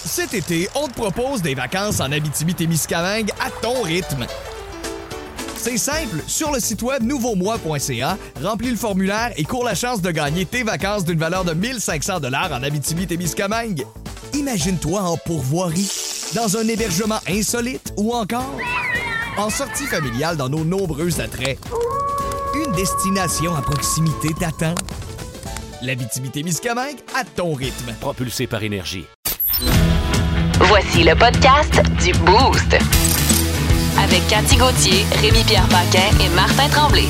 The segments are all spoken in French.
Cet été, on te propose des vacances en Abitibi-Témiscamingue à ton rythme. C'est simple, sur le site web nouveaumois.ca, remplis le formulaire et cours la chance de gagner tes vacances d'une valeur de 1 500 $ en Abitibi-Témiscamingue. Imagine-toi en pourvoirie, dans un hébergement insolite ou encore en sortie familiale dans nos nombreux attraits. Une destination à proximité t'attend. L'Abitibi-Témiscamingue à ton rythme. Propulsé par Énergie. Voici le podcast du Boost. Avec Cathy Gauthier, Rémi-Pierre Paquin et Martin Tremblay.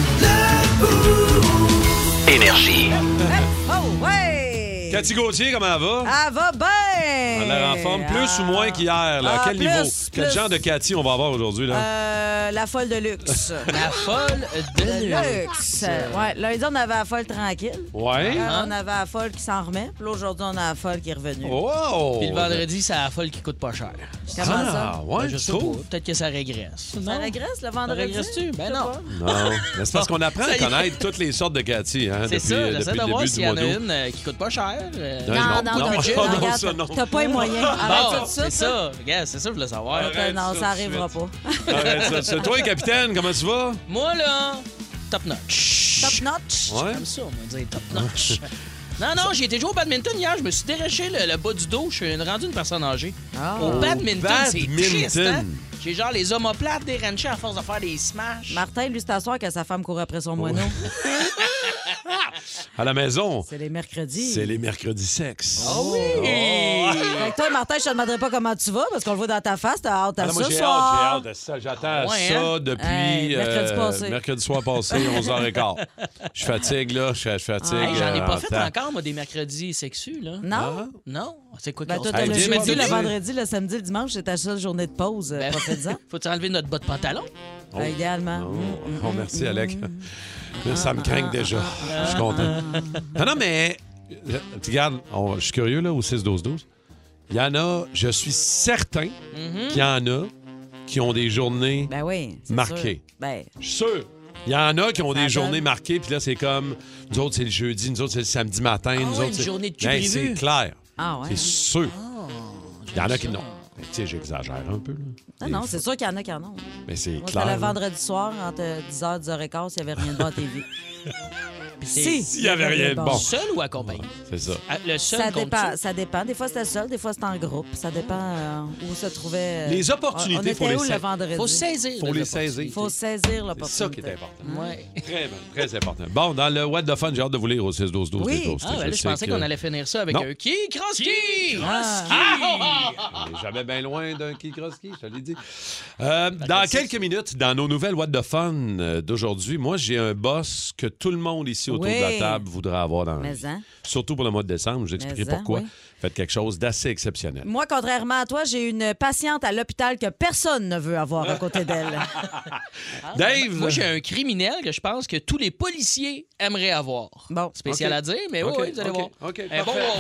Énergie. Oh, ouais! Cathy Gauthier, comment elle va? Elle va bien! Elle a l'air en forme plus ou moins qu'hier. Là. À quel plus, niveau? plus. Quel genre de Cathy on va avoir aujourd'hui? Là? La folle de luxe. La folle de luxe. Ouais, lundi, on avait la folle tranquille. Ouais. On avait la folle qui s'en remet. Puis là, aujourd'hui, on a la folle qui est revenue. Wow! Puis le vendredi, c'est la folle qui coûte pas cher. Comment ça? Ah, ouais, Je je sais pas. trouve. Peut-être que ça régresse. Ça régresse le vendredi? Ça régresse-tu? Ben Je sais non. pas. Non. Mais c'est parce qu'on apprend Ça à y est. connaître toutes les sortes de Cathy. Hein, C'est ça, j'essaie depuis de le voir début s'il du y en mois a d'août. une qui coûte pas cher. Non, non, regarde, non, ça, non. t'as pas les moyens. Arrête Bon, ça tout de c'est suite. ça. Regarde, c'est ça, je voulais savoir. Arrête Non, ça ça tout de arrivera suite. pas. Arrête ça. C'est toi, capitaine, comment tu vas? Moi, là, top notch. Top notch. Ouais. Comme ça, on va dire top notch. Non, j'ai été jouer au badminton hier. Je me suis déraché le bas du dos. Je suis rendu une personne âgée. Ah. Au badminton, c'est triste, badminton. hein? J'ai genre les omoplates déranchés à force de faire des smashs. Martin, lui, c'est à soir que sa femme court après son moineau. À la maison, C'est les mercredis. c'est les mercredis sexes. Oh oui! Fait que toi, Martin, je te demanderai pas comment tu vas parce qu'on le voit dans ta face. T'as hâte à Ah, ça moi, ce j'ai soir. hâte à ça. J'attends Ouais, ça hein? depuis Hey, mercredi passé. mercredi soir passé, 11h15. Je fatigue, là. Je fatigue. Hey, j'en ai pas fait temps. encore, moi, des mercredis sexus, là. Non? Non? C'est quoi Ben, qu'on toi, se t'as Hey, le dis, jeudi, dis. le vendredi, le samedi, le dimanche, c'est ta seule journée de pause. Ben, Profite-en. Faut-tu enlever notre bas de pantalon? Idéalement. Oh, merci, Alec. Là, ça me craint déjà. Je suis content. Non, mais, regarde, je suis curieux, là, au 6-12-12. Il y en a, je suis certain qu'il y en a qui ont des journées Ben oui. c'est marquées. sûr. Ben, Je suis sûr. Il y en a qui ont des donne. journées marquées, puis là, c'est comme, nous autres, c'est le jeudi, nous autres, c'est le samedi matin. Nous ouais, autres, une c'est... journée de cul Ben, prévu. c'est clair. ah ouais. C'est sûr. Il y en a qui non. Ben, tu sais, j'exagère un peu. Là. Ah non, c'est sûr qu'il y en a qui en ont. Mais c'est Moi, c'était clair. le là. vendredi soir, entre 10h et 10h15, s'il n'y avait rien de bon à TV. S'il y avait rien de bon. Seul ou accompagné? C'est ça. Ah, le seul Ça compte-tu? dépend, ça dépend. Des fois, c'était seul, des fois, c'était en groupe. Ça dépend où se trouvait. Les opportunités, on était faut les où le saisir. vendredi? Faut saisir. Faut les saisir. Il faut saisir C'est l'opportunité. ça qui est important. Ouais. Très important. Bon, dans le What the Fun, j'ai hâte de vous lire au 6-12-12. Oui. des toasts. Ah, ben là, je sais pensais que- qu'on allait finir ça avec Non. un qui? Kroski! On est jamais bien loin d'un qui Kroski, je te l'ai dit. Dans quelques minutes, dans nos nouvelles What the Fun d'aujourd'hui, moi, j'ai un boss que tout le monde ici autour Oui. de la table voudrait avoir dans la Mais vie. hein. Surtout pour le mois de décembre. Je vous expliquerai Mais hein, pourquoi. oui. Faites quelque chose d'assez exceptionnel. Moi, contrairement à toi, j'ai une patiente à l'hôpital que personne ne veut avoir à côté d'elle. Dave! Moi, j'ai un criminel que je pense que tous les policiers aimeraient avoir. Bon. Spécial OK. à dire, mais OK, oui, vous allez OK, voir. OK, Un bon parfait.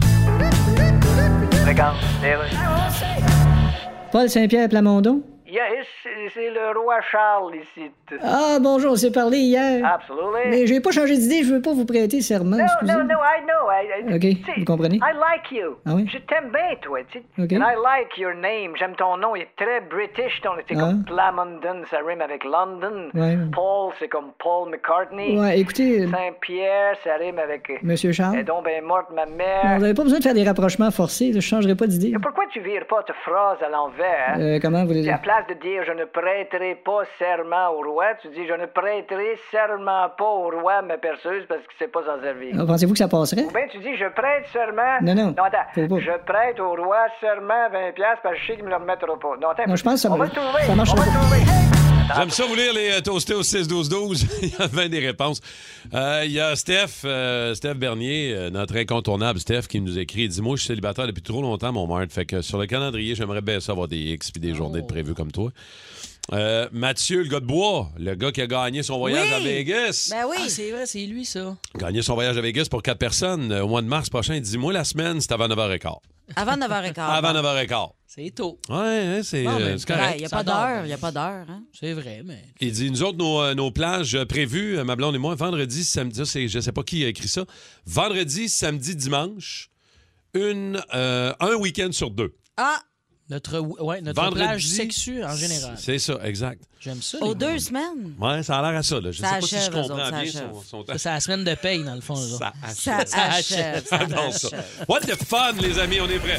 Paul Saint-Pierre Plamondon? C'est le roi Charles ici. Ah, bonjour, on s'est parlé hier. Absolutely. Mais j'ai pas changé d'idée, je veux pas vous prêter serment, No, excusez. no, no, I know. OK, tu sais, vous comprenez? I like you. Ah oui? Je t'aime bien, toi. Tu sais. OK. And I like your name. J'aime ton nom. Il est très british. C'est comme Plamondon, ça rime avec London. Ouais. Paul, c'est comme Paul McCartney. Ouais, écoutez, Saint-Pierre, ça rime avec... Monsieur Charles, Et donc, ben morte, ma vous mère. n'avez pas besoin de faire des rapprochements forcés, là, je changerai pas d'idée. Et pourquoi tu vires pas ta phrase à l'envers? Comment vous voulez À la dire? place de dire « je ne prêterai pas serment au roi », tu dis « je ne prêterai serment pas au roi ma perceuse parce qu'il sait pas s'en servir ». Ah, pensez-vous que ça passerait? Ou bien tu dis « je prête serment ». Non, attends. faut pas. Je prête au roi serment 20$ parce que je sais qu'il me le remettra pas. Non, attends. Non, je pense que ça on va- va le trouver. ça marchera On va le pas. trouver. J'aime ça vous lire les toastés au 6-12-12. Il y a 20 des réponses. Il y a Steph Bernier, notre incontournable Steph, qui nous écrit. Dis-moi, je suis célibataire depuis trop longtemps, mon Marthe. Fait que sur le calendrier, j'aimerais bien ça avoir des X puis des journées de prévues comme toi. Mathieu, le gars de bois, le gars qui a gagné son voyage Oui. à Vegas. Ben oui. Ah, c'est vrai, c'est lui, ça. Gagné son voyage à Vegas pour 4 personnes au mois de mars prochain. Dis-moi, la semaine, c'est avant 9h15. Avant 9h15. Avant 9h15. C'est tôt. Ouais, c'est Bon, ben, c'est correct. Il n'y a Ça pas dort, d'heure. ben. Il n'y a pas d'heure. Hein? C'est vrai, mais... Il dit, nous autres, nos plages prévues, ma blonde et moi, vendredi, samedi, ça, je sais pas qui a écrit ça, vendredi, samedi, dimanche, un week-end sur 2. Ah! Notre Vendredi, plage sexue en général. C'est ça, exact. J'aime ça. Aux 2 semaines? Ouais, ça a l'air à ça. Là. Je Ça sais pas si je achève, eux comprends autres, ça bien achève. son C'est la semaine de paye, dans le fond. Là. Ça achève. Ça achève. Ça J'adore ça. achève. What the fun, les amis, on est prêts.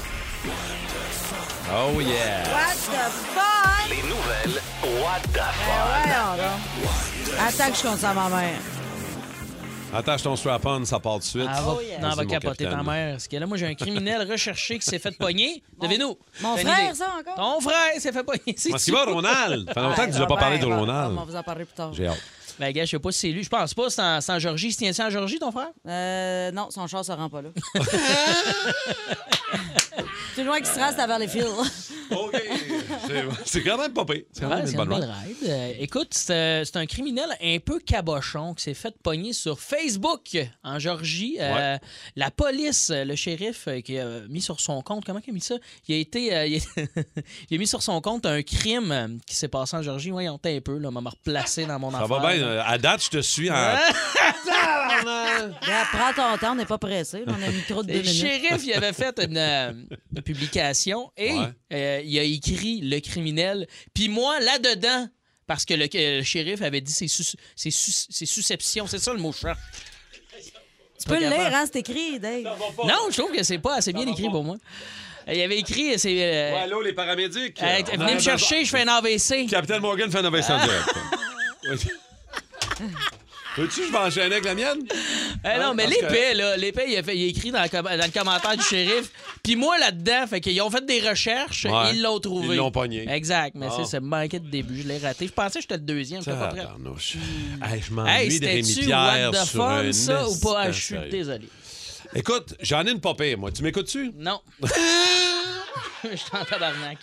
Oh yeah. What the fuck? Les nouvelles What the fuck. Ouais, on Attends que je compte ça à ma mère. Attache ton strap-on, ça part tout de suite. Ah, Oh, yeah. Non, elle va Vas-y, mon capoter ta capitaine. mère. Parce que là, moi, j'ai un criminel recherché qui s'est fait pogner. Devez-nous. Mon T'as une frère, idée? ça, encore? Ton frère s'est fait pogner. Comment est-ce qu'il va, Ronald? Ça fait longtemps que tu nous as pas parlé de On va Ronald. vous en parler plus tard. J'ai hâte. Ben, gars, je sais pas si c'est lui. Je pense pas. C'est en Georgie. Il se tient-tu en Georgie, ton frère? Non, son char se rend pas là. Plus loin qu'il se reste à Valleyfield. OK. C'est quand même pas pire. C'est quand même Ouais, une c'est bonne une ride. belle ride. Écoute, c'est un criminel un peu cabochon qui s'est fait pogner sur Facebook en Georgie. Ouais. La police, le shérif qui a mis sur son compte, comment il a mis ça? Il a mis sur son compte un crime qui s'est passé en Georgie. Voyons, un peu, là, m'a replacé dans mon Ça affaire. va bien. À date, je te suis en... Regarde, prends ton temps, on n'est pas pressé. On a un micro de 2 Le minutes. shérif, il avait fait une publication et il a écrit le criminel. Puis moi, là-dedans, parce que le shérif avait dit ses susceptions. C'est ça le mot chat. Tu peux le lire, hein, c'est écrit, Dave. Non, je trouve que c'est pas assez bien écrit pour moi. Il avait écrit... Ouais, allô, les paramédics. venez me chercher, je fais un AVC. Capitaine Morgan fait un AVC en direct. Veux-tu que je vais enchaîner avec la mienne? Non, mais Parce l'épée, là, l'épée, il a écrit dans le commentaire du shérif. Puis moi, là-dedans, fait qu'ils ont fait des recherches, Ouais. ils l'ont trouvé. Ils l'ont pogné. Exact, mais Ah. ça me manquait de début. Je l'ai raté. Je pensais que j'étais le deuxième, j'étais pas prêt. Tabarnouche. Hey, je m'ennuie Hey, de Rémi c'était-tu Pierre what the sur fun, un ça, ou pas? instant Je suis sérieux. désolé. Écoute, j'en ai une pas pire, moi. Tu m'écoutes-tu? Non. Je suis en tabarnak.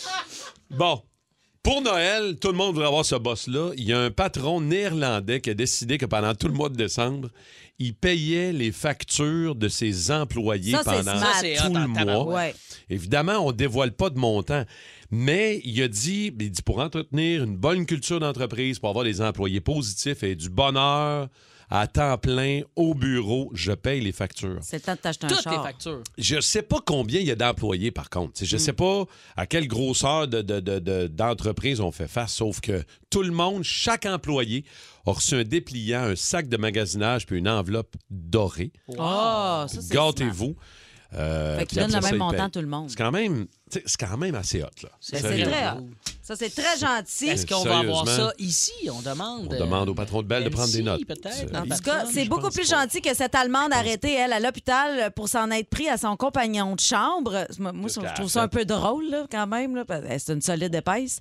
Bon. Pour Noël, tout le monde voudrait avoir ce boss-là. Il y a un patron néerlandais qui a décidé que pendant tout le mois de décembre, il payait les factures de ses employés Ça, c'est pendant smart. Ça, c'est tout hot le en mois. tabarouette. Ouais. Évidemment, on ne dévoile pas de montant. Mais il a dit, pour entretenir une bonne culture d'entreprise, pour avoir des employés positifs et du bonheur à temps plein au bureau, je paye les factures. C'est le temps de t'acheter un Toutes char. les factures. Je sais pas combien il y a d'employés, par contre. T'sais, je sais pas à quelle grosseur d'entreprise on fait face, sauf que tout le monde, chaque employé, a reçu un dépliant, un sac de magasinage puis une enveloppe dorée. Oh, ça, c'est Gâtez-vous. Fait puis qu'il donne après le ça, même il montant paye. à tout le monde. C'est quand même assez hot, là. Ben, c'est Sérieux. très hot. Ça, c'est très gentil. Est-ce qu'on va avoir Sérieusement. ça ici? On demande. On demande au patron de Bell de prendre des MC, notes. peut-être. En dans tout cas, le c'est je beaucoup pense plus pas. gentil que cette Allemande arrêtée, elle, à l'hôpital pour s'en être pris à son compagnon de chambre. Moi, Qu'est-ce je qu'elle trouve a ça un fait? peu drôle, là, quand même. Là, parce que c'est une solide épaisse.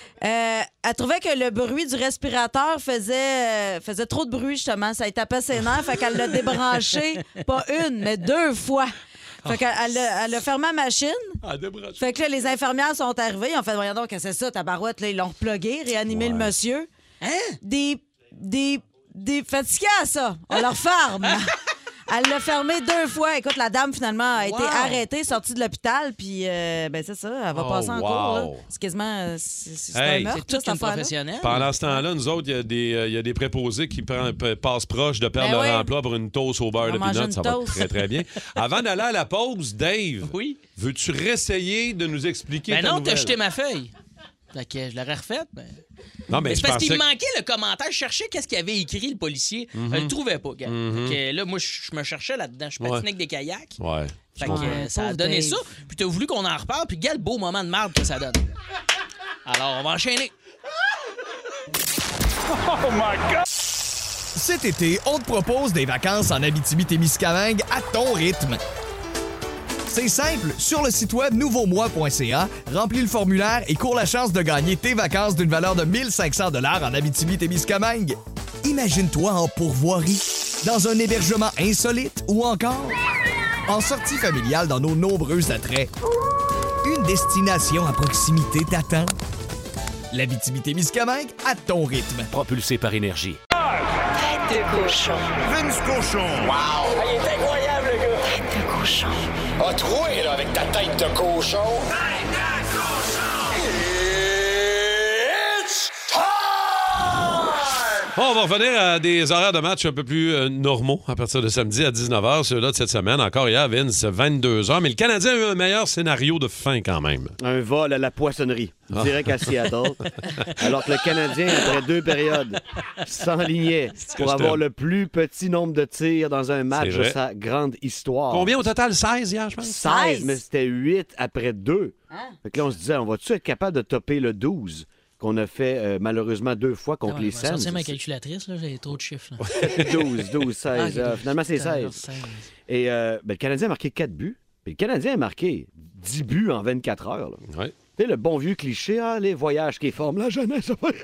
Elle trouvait que le bruit du respirateur faisait trop de bruit, justement. Ça lui tapait ses nerfs, fait qu'elle l'a débranché, pas une, mais 2 fois. Fait qu'elle elle a fermé la machine. Ah, débranche. Fait que là, les infirmières sont arrivées. Ils ont fait, voyons donc, qu'est-ce que c'est ça, ta barouette? Là, ils l'ont replugué, réanimé le monsieur. Hein? Des fatigués à ça. On leur ferme. Elle l'a fermé 2 fois. Écoute, la dame, finalement, a été arrêtée, sortie de l'hôpital, puis, ben, c'est ça, elle va Oh, passer en wow. cours, là. C'est quasiment, c'est Hey. un meurtre, C'est toute cette une affaire-là. professionnelle. Pendant ce temps-là, nous autres, il y a des préposés qui passent proche de perdre Ben leur oui. emploi pour une toast au beurre On de va manger peanuts. une Ça va toast. très, très bien. Avant d'aller à la pause, Dave, Oui. veux-tu réessayer de nous expliquer Ben ta non, t'as nouvelle? jeté ma feuille. Fait que je l'aurais refaite. Ben... Non, mais Mais je c'est parce pensais qu'il me que- manquait le commentaire. Je cherchais qu'est-ce qu'il avait écrit, le policier. Je le trouvais pas, gars. Fait que là, moi, je me cherchais là-dedans. Je patinais avec des kayaks. Ouais. Fait que Ouais, ça a pauvre donné Dave. ça. Puis t'as voulu qu'on en reparle. Puis quel beau moment de merde que ça donne. Alors, on va enchaîner. Cet été, on te propose des vacances en Abitibi-Témiscamingue à ton rythme. C'est simple, sur le site web nouveaumois.ca, remplis le formulaire et cours la chance de gagner tes vacances d'une valeur de 1500 $ en Abitibi-Témiscamingue. Imagine-toi en pourvoirie, dans un hébergement insolite ou encore en sortie familiale dans nos nombreux attraits. Une destination à proximité t'attend. L'Abitibi-Témiscamingue à ton rythme. Propulsé par Énergie. Tête de cochon. Vince Cochon. Wow! Il est incroyable, le gars. Tête de cochon. A troué, là, avec ta tête de cochon. Tête de cochon! It's time! Bon, on va revenir à des horaires de match un peu plus normaux à partir de samedi à 19h. Ceux-là de cette semaine, encore hier, Vince, 22h. Mais le Canadien a eu un meilleur scénario de fin quand même. Un vol à la poissonnerie, direct à Seattle. Alors que le Canadien, après 2 périodes, s'enlignait pour avoir le plus petit nombre de tirs dans un match de sa grande histoire. Combien au total? 16 hier, je pense? 16, mais c'était 8 après 2. Fait que là, on se disait, on va-tu être capable de topper le 12? Qu'on a fait malheureusement 2 fois contre les Sens. Je vais sortir ma calculatrice, là, j'ai trop de chiffres. 12, 16. Finalement, c'est 16. Et le Canadien a marqué 4 buts. Puis le Canadien a marqué 10 buts en 24 heures. Ouais. Tu sais, le bon vieux cliché, les voyages qui forment la jeunesse.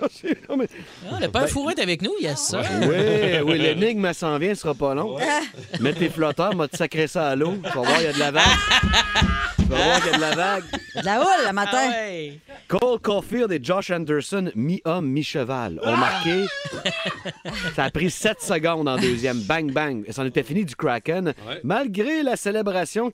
Le père Fourret est avec nous, il y a ça. Oui, l'énigme s'en vient, ce sera pas long. Mets tes flotteurs, m'a te sacré ça à l'eau. Tu vas voir, il y a de la vague. Tu vas voir qu'il y a de la vague. De la houle, le matin. Cole Caulfield et Josh Anderson, mi-homme, mi-cheval, ont marqué. Ça a pris 7 secondes en deuxième. Bang, bang. Et c'en était fini du Kraken, malgré la célébration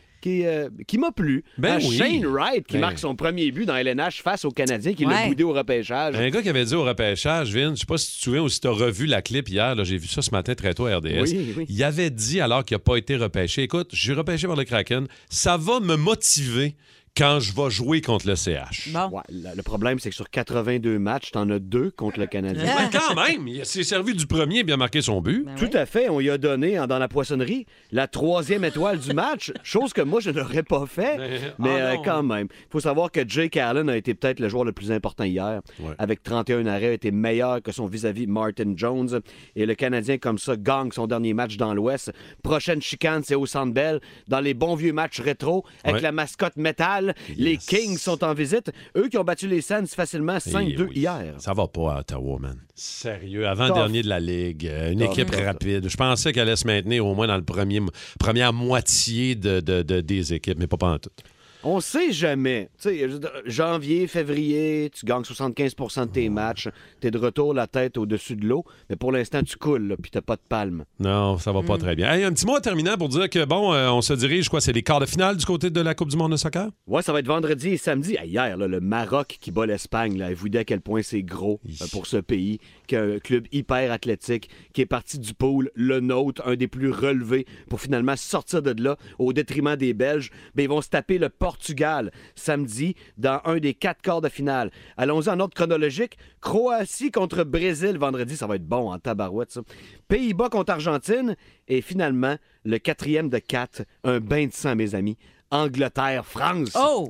qui m'a plu. Shane Wright, qui marque son premier but dans LNH face aux Canadiens, qui l'a boudé au repêchage. Un gars qui avait dit au repêchage, Vince, je sais pas si tu te souviens ou si tu as revu la clip hier, là, j'ai vu ça ce matin très tôt à RDS. Oui. Il avait dit, alors qu'il n'a pas été repêché, écoute, je suis repêché par le Kraken, ça va me motiver quand je vais jouer contre le CH. Bon. Ouais, le problème, c'est que sur 82 matchs, t'en as 2 contre le Canadien. Mais quand même, il s'est servi du premier et bien marqué son but. Tout à fait. On lui a donné, dans la poissonnerie, la 3e étoile du match, chose que moi, je n'aurais pas fait. Mais quand même. Il faut savoir que Jake Allen a été peut-être le joueur le plus important hier. Avec 31 arrêts, a été meilleur que son vis-à-vis Martin Jones. Et le Canadien, comme ça, gagne son dernier match dans l'Ouest. Prochaine chicane, c'est au Centre Bell, dans les bons vieux matchs rétro, avec la mascotte métal. Les Kings sont en visite. Eux qui ont battu les Sens facilement 5-2 hier. Ça va pas à Ottawa, man. Sérieux. Avant-dernier de la Ligue. Une équipe rapide. Je pensais qu'elle allait se maintenir au moins dans le première moitié des équipes, mais pas pendant tout. On sait jamais. Tu sais, janvier, février, tu gagnes 75 de tes matchs. T'es de retour la tête au-dessus de l'eau. Mais pour l'instant, tu coules, là, puis t'as pas de palme. Non, ça va pas très bien. Hey, un petit mot terminant pour dire que, on se dirige, c'est les quarts de finale du côté de la Coupe du monde de soccer? Ouais, ça va être vendredi et samedi. Hier, là, le Maroc qui bat l'Espagne, là, vous dit à quel point c'est gros pour ce pays, qu'un club hyper athlétique qui est parti du pool, le nôtre, un des plus relevés, pour finalement sortir de là au détriment des Belges. Ben, ils vont se taper le Portugal samedi dans un des 4 quarts de finale. Allons-y en ordre chronologique. Croatie contre Brésil vendredi, ça va être bon en tabarouette, ça. Pays-Bas contre Argentine et finalement, le 4e de 4, un bain de sang, mes amis. Angleterre-France. Oh!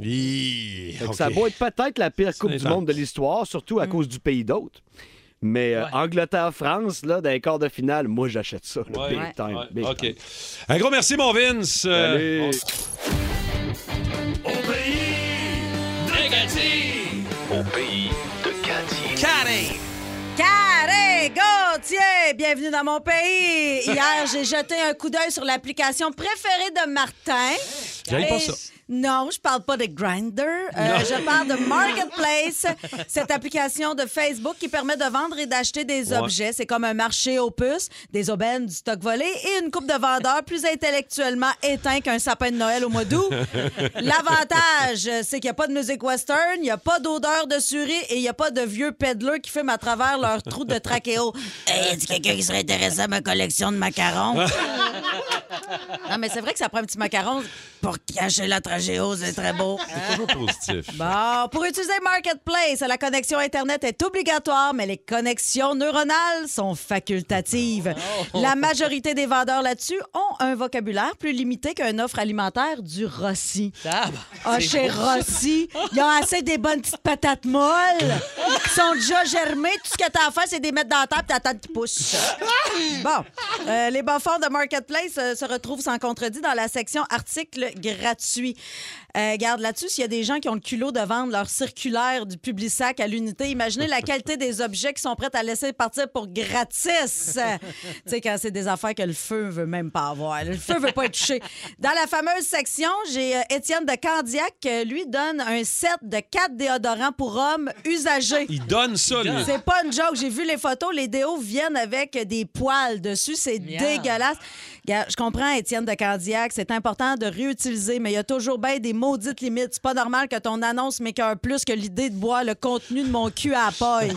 Ça va être peut-être la pire Coupe du monde de l'histoire, surtout à cause du pays d'hôte. Mais Angleterre-France, là, dans les quarts de finale, moi, j'achète ça. Big time. OK. Time. Un gros merci, mon Vince. Salut. Au pays de Cathy. Au pays de Cathy. Carré Gauthier, bienvenue dans mon pays. Hier, j'ai jeté un coup d'œil sur l'application préférée de Martin. J'aime pas ça. Non, je parle pas de Grindr. Je parle de Marketplace, cette application de Facebook qui permet de vendre et d'acheter des objets. C'est comme un marché aux puces, des aubaines, du stock volé et une couple de vendeurs plus intellectuellement éteints qu'un sapin de Noël au mois d'août. L'avantage, c'est qu'il n'y a pas de musique western, il n'y a pas d'odeur de surie et il n'y a pas de vieux peddlers qui fument à travers leur trou de trachéo. Hey, y a-t-il quelqu'un qui serait intéressé à ma collection de macarons? Non, mais c'est vrai que ça prend un petit macaron pour cacher la tragéo, c'est très beau. C'est toujours positif. Bon, pour utiliser Marketplace, la connexion Internet est obligatoire, mais les connexions neuronales sont facultatives. La majorité des vendeurs là-dessus ont un vocabulaire plus limité qu'une offre alimentaire du Rossi. Chez Rossi, ils ont assez des bonnes petites patates molles. Ils sont déjà germés. Tout ce que t'as à faire, c'est de les mettre dans la table et t'attends qu'ils poussent. Bon, les bas-fonds de Marketplace se retrouvent sans contredit dans la section articles gratuits. Garde là-dessus, s'il y a des gens qui ont le culot de vendre leur circulaire du Publisac à l'unité, imaginez la qualité des objets qui sont prêts à laisser partir pour gratis. Tu sais, quand c'est des affaires que le feu veut même pas avoir. Le feu veut pas être touché. Dans la fameuse section, j'ai Étienne de Candiac, lui donne un set de 4 déodorants pour hommes usagés. Il donne ça, lui. C'est pas une joke. J'ai vu les photos. Les déos viennent avec des poils dessus. C'est dégueulasse. Je comprends, Étienne de Candiac, c'est important de réutiliser, mais il y a toujours toujours bien des maudites limites. C'est pas normal que ton annonce m'écoeure plus que l'idée de boire le contenu de mon cul à la paille.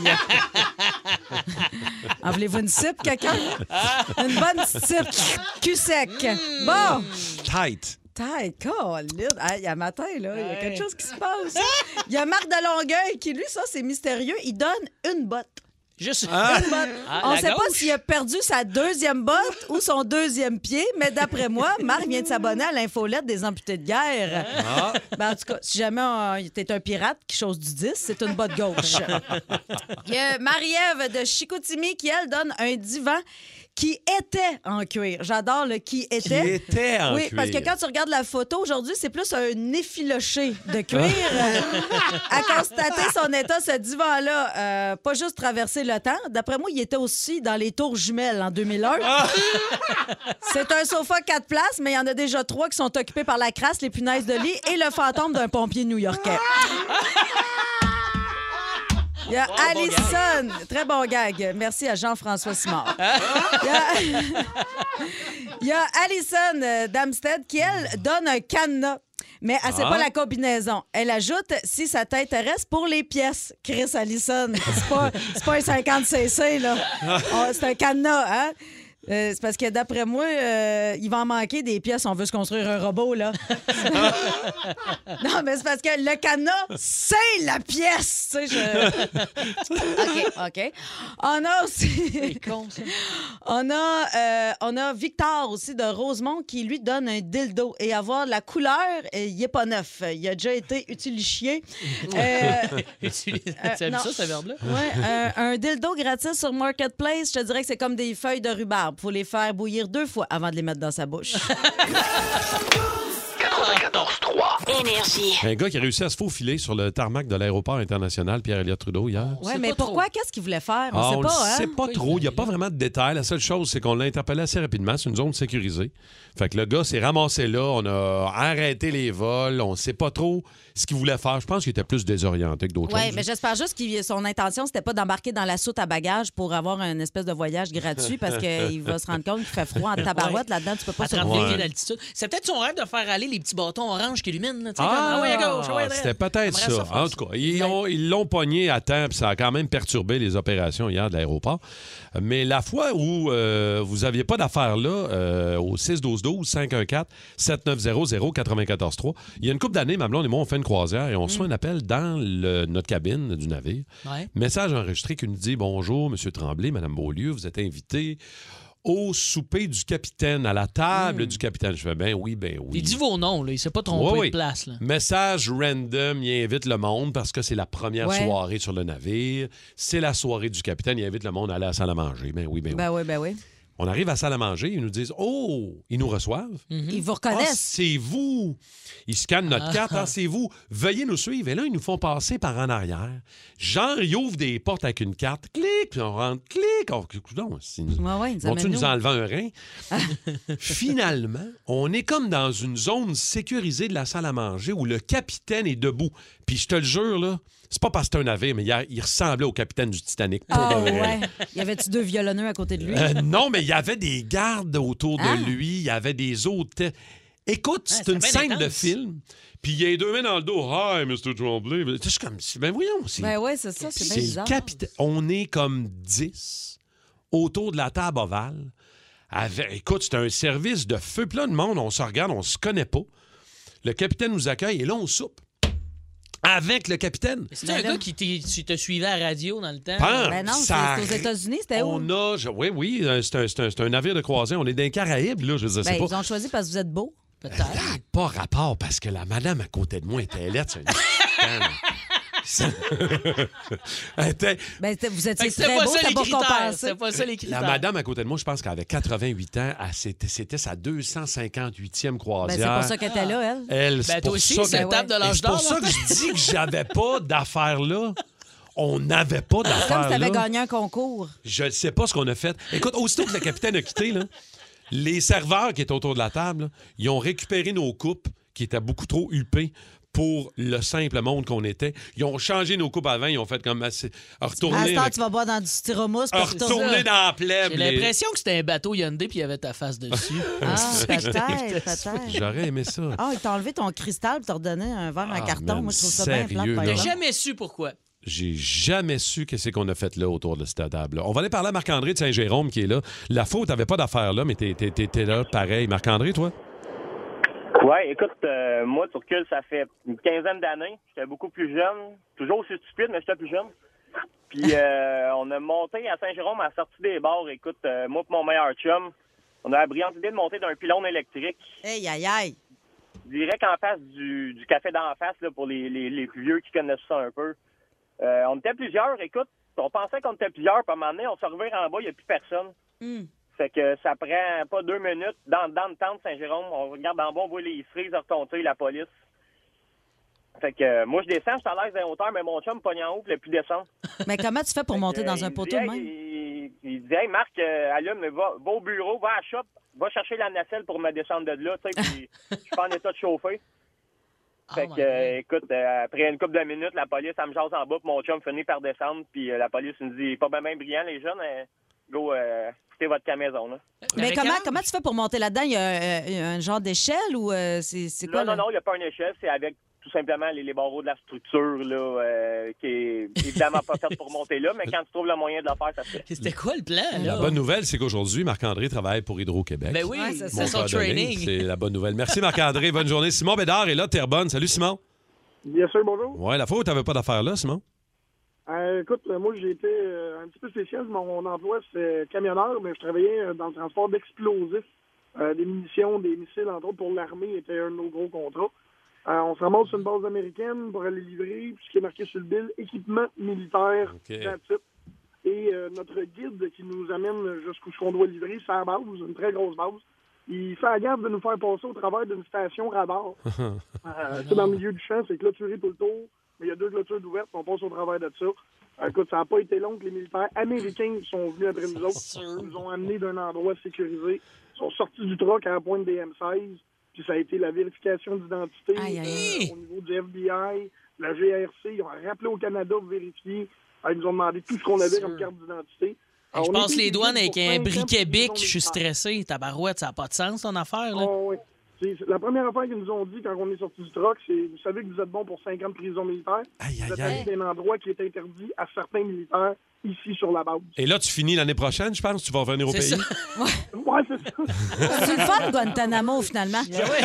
En voulez-vous une cipe, quelqu'un? Une bonne cipe. Cul sec. Bon. Tight. Il y a matin, là. Il y a quelque chose qui se passe. Il y a Marc de Longueuil qui, lui, ça, c'est mystérieux. Il donne une botte. Juste une botte. On ne sait pas gauche? s'il a perdu sa deuxième botte ou son deuxième pied, mais d'après moi, Marc vient de s'abonner à l'infolette des amputés de guerre. Ben, en tout cas, si jamais t'es un pirate qui chose du 10, c'est une botte gauche. Il y a Marie-Ève de Chicoutimi qui, elle, donne un divan qui était en cuir. J'adore le qui était. Qui était en cuir. Oui, parce que quand tu regardes la photo, aujourd'hui, c'est plus un effiloché de cuir. À constater son état, ce divan-là, pas juste traversé le temps. D'après moi, il était aussi dans les tours jumelles en 2001. C'est un sofa 4 places, mais il y en a déjà 3 qui sont occupés par la crasse, les punaises de lit et le fantôme d'un pompier new-yorkais. Il y a Alison, très bon gag. Merci à Jean-François Simard. Il y a Alison d'Amstead qui, elle, donne un cadenas. Mais elle ne sait pas la combinaison. Elle ajoute si ça t'intéresse pour les pièces. Chris Allison, c'est pas un 50cc, là. C'est un cadenas, hein? C'est parce que d'après moi, il va en manquer des pièces. On veut se construire un robot, là. Non, mais c'est parce que le cadenas, c'est la pièce. Tu sais, OK. On a aussi... on a Victor aussi de Rosemont qui lui donne un dildo. Et avoir la couleur, il n'est pas neuf. Il a déjà été utilisé. Tu as vu ça, ce verbe-là? Oui. Un dildo gratis sur Marketplace, je te dirais que c'est comme des feuilles de rhubarbe. Il faut les faire bouillir 2 fois avant de les mettre dans sa bouche. 94.3 Énergie. Un gars qui a réussi à se faufiler sur le tarmac de l'aéroport international Pierre-Éliott Trudeau hier. Oui, mais pourquoi? Qu'est-ce qu'il voulait faire? On ne sait pas, hein? sait pas trop. Il n'y a pas vraiment de détails. La seule chose, c'est qu'on l'a interpellé assez rapidement. C'est une zone sécurisée. Fait que le gars s'est ramassé là. On a arrêté les vols. On ne sait pas trop ce qu'il voulait faire. Je pense qu'il était plus désorienté que d'autres choses. Oui, mais j'espère juste que son intention, c'était pas d'embarquer dans la soute à bagages pour avoir une espèce de voyage gratuit parce qu'il va se rendre compte qu'il fait froid en tabarouette. Là-dedans, tu peux pas à 30 000 pieds d'altitude. C'est peut-être son rêve de faire aller les petits bâtons orange qui illuminent. À gauche, c'était peut-être ça. En tout cas, ils l'ont pogné à temps, puis ça a quand même perturbé les opérations hier de l'aéroport. Mais la fois où vous n'aviez pas d'affaires là, au 612-12-514-7900-943, il y a une couple d'années, ma blonde et moi, on fait une croisière et on reçoit un appel dans notre cabine du navire. Ouais. Message enregistré qui nous dit « Bonjour, M. Tremblay, Mme Beaulieu, vous êtes invité au souper du capitaine, à la table du capitaine. » Je fais « Ben oui. » Il dit vos noms, là. Il ne s'est pas trompé de place. Là. Message random, il invite le monde parce que c'est la première soirée sur le navire. C'est la soirée du capitaine, il invite le monde à aller à la salle à manger. Ben oui. On arrive à la salle à manger, ils nous disent « Oh! » Ils nous reçoivent. Ils vous reconnaissent. Ah, c'est vous! Ils scannent notre carte. Ah, c'est vous. Veuillez nous suivre. Et là, ils nous font passer par en arrière. Genre, ils ouvrent des portes avec une carte. Clic! Puis on rentre. Clic! Oh, vont-tu nous enlever un rein? Finalement, on est comme dans une zone sécurisée de la salle à manger où le capitaine est debout. Puis je te le jure, là, c'est pas parce que c'est un navire, mais il ressemblait au capitaine du Titanic. Ouais. Y avait-tu 2 violonneux à côté de lui? Non, mais il y avait des gardes autour de lui. Il y avait des autres... Écoute, c'est une scène intense de film. Puis il y a les 2 mains dans le dos. « Hi, Mr. Tremblay. » Je suis comme... Ben voyons. Oui, c'est ça. C'est bizarre. On est comme 10 autour de la table ovale. Écoute, c'est un service de feu. Puis là, le monde, on se regarde, on se connaît pas. Le capitaine nous accueille et là, on soupe. Avec le capitaine. C'est un gars qui te suivait à la radio dans le temps. Ben non, c'était aux États-Unis, c'était où? Oui, c'est un navire de croisière. On est dans les Caraïbes, là, je veux dire, c'est pas... Ils ont choisi parce que vous êtes beau. Peut-être. Pas rapport, parce que la madame à côté de moi était lettre. Vous étiez très beau, ça pas compensé. C'est pas ça les critères. La madame à côté de moi, je pense qu'elle avait 88 ans. C'était sa 258e croisière. C'est pour ça qu'elle était là, elle. Toi aussi, c'est la table de l'âge d'or. C'est pour ça que je dis que j'avais pas d'affaires là. On n'avait pas d'affaires là. Comme si t'avais gagné un concours. Je ne sais pas ce qu'on a fait. Écoute, aussitôt que le capitaine a quitté, là, les serveurs qui étaient autour de la table, là, ils ont récupéré nos coupes qui étaient beaucoup trop huppées pour le simple monde qu'on était. Ils ont changé nos coupes avant, ils ont fait comme assez... retourner... tu vas boire dans du styromousse. Retourner dans la plèbe. J'ai l'impression que c'était un bateau Hyundai puis il y avait ta face dessus. Peut-être. J'aurais aimé ça. Ils t'ont enlevé ton cristal et t'ont redonné un verre en carton. Moi, je trouve ça bien plate. J'ai jamais su pourquoi. J'ai jamais su qu'est-ce qu'on a fait là autour de cette table-là. On va aller parler à Marc-André de Saint-Jérôme qui est là. La faute, t'avais pas d'affaires là, mais t'étais là pareil. Marc-André, toi? Ouais, écoute, moi, tu recules, ça fait une quinzaine d'années. J'étais beaucoup plus jeune. Toujours aussi stupide, mais j'étais plus jeune. Puis on a monté à Saint-Jérôme à la sortie des bars. Écoute, moi et mon meilleur chum, on a la brillante idée de monter d'un pylône électrique. Aïe. Direct en face du café d'en face, là, pour les plus vieux qui connaissent ça un peu. On était plusieurs, écoute, on pensait qu'on était plusieurs, puis à un moment donné, on se revire en bas, il n'y a plus personne. Fait que ça prend pas 2 minutes. Dans le temps de Saint-Jérôme, on regarde en bas, on voit les cerises retomber, la police. Fait que moi, je descends, je suis à l'aise d'un hauteur, mais mon chum pogne en haut, puis il a plus descendre. Mais comment tu fais pour monter dans un poteau de même? Il dit, hey, Marc, allume, va au bureau, va à la shop, va chercher la nacelle pour me descendre de là, tu sais, puis je suis pas en état de chauffer. Fait que, écoute, après une couple de minutes, la police, elle me jase en bas, puis mon chum finit par descendre, puis la police me dit, pas bien brillant, les jeunes, go, quittez votre maison, là. Mais comment tu fais pour monter là-dedans? Il y a un genre d'échelle ou c'est quoi? Non, il n'y a pas une échelle, c'est avec tout simplement les barreaux de la structure, là, qui est évidemment pas faite pour monter là, mais quand tu trouves le moyen de le faire, ça se fait. C'était quoi le plan, là? La bonne nouvelle, c'est qu'aujourd'hui, Marc-André travaille pour Hydro-Québec. Ben oui, c'est son training. C'est la bonne nouvelle. Merci Marc-André, bonne journée. Simon Bédard est là, Terrebonne. Salut Simon. Bien sûr, bonjour. Ouais, la faute, t'avais pas d'affaires là, Simon? Écoute, moi, j'ai été un petit peu spécial. Mon emploi, c'est camionneur, mais je travaillais dans le transport d'explosifs, des munitions, des missiles, entre autres, pour l'armée, était un de nos gros contrats. On se ramasse sur une base américaine pour aller livrer, puis ce qui est marqué sur le bill, équipement militaire, Et notre guide qui nous amène jusqu'où on doit livrer, c'est la base, une très grosse base. Il fait la gaffe de nous faire passer au travers d'une station radar. Dans le milieu du champ, c'est clôturé tout le tour. Mais il y a 2 clôtures ouvertes, on passe au travers de ça. Écoute, ça n'a pas été long que les militaires américains sont venus après nous autres. Ils nous ont amenés d'un endroit sécurisé. Ils sont sortis du truck à la pointe des M16. Puis ça a été la vérification d'identité au niveau du FBI, la GRC. Ils ont rappelé au Canada pour vérifier. Ils nous ont demandé tout ce qu'on avait comme carte d'identité. Je passe les douanes avec un briquet bic, je suis stressé. Tabarouette, ça n'a pas de sens, ton affaire, là. Oui. La première affaire qu'ils nous ont dit quand on est sorti du truck, c'est vous savez que vous êtes bon pour 5 ans de prison militaire. Vous êtes allé d'un endroit qui est interdit à certains militaires ici sur la base. Et là, tu finis l'année prochaine, je pense, tu vas revenir au pays. Ouais, c'est ça. C'est le fun, Guantanamo, finalement.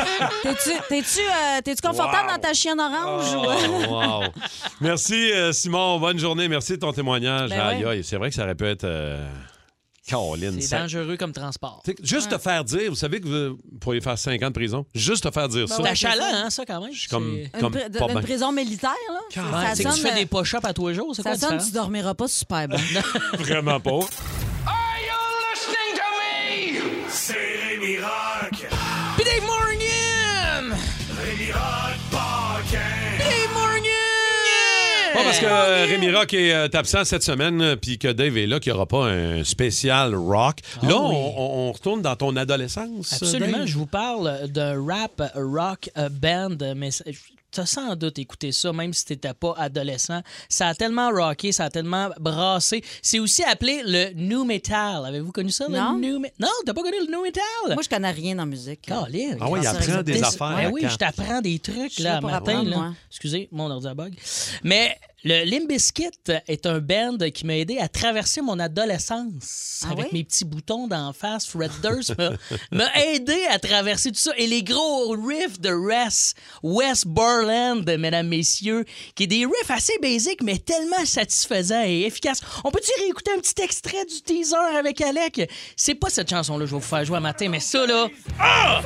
T'es-tu confortable dans ta chienne orange? Wow. Merci, Simon. Bonne journée. Merci de ton témoignage. Ben C'est vrai que ça aurait pu être... Caroline, c'est dangereux comme transport. Juste te faire dire, vous savez que vous pourriez faire 5 ans de prison, juste te faire dire ça. C'est achalant, hein, ça, quand même. Je suis comme une prison militaire, là. C'est que tu fais des push-ups à tous les jours, c'est quoi ça sonne, tu dormiras pas super bien. Vraiment pas. Are you listening to me? C'est Rémi Rock. Puis Dave Morgan! Rémi Rock Paquin. Dave Morgan! Pas parce que Rémi Rock est absent cette semaine puis que Dave est là qu'il n'y aura pas un spécial rock. Là, on retourne dans ton adolescence. Absolument. Dave. Je vous parle d'un rap rock band, mais tu as sans doute écouté ça, même si tu n'étais pas adolescent. Ça a tellement rocké, ça a tellement brassé. C'est aussi appelé le nu metal. Avez-vous connu ça? Non. Non, t'as pas connu le nu metal? Moi, je connais rien en musique. Caroline. Ah oui, il apprend des affaires. Ben oui, je t'apprends des trucs là, matin. Là. Excusez, mon ordi a bug. Mais le Limp Bizkit est un band qui m'a aidé à traverser mon adolescence avec mes petits boutons d'en face. Fred Durst m'a aidé à traverser tout ça. Et les gros riffs de Wes Borland, mesdames, messieurs, qui est des riffs assez basiques, mais tellement satisfaisants et efficaces. On peut-tu réécouter un petit extrait du teaser avec Alec? C'est pas cette chanson-là que je vais vous faire jouer un matin, mais ça, là... Ah!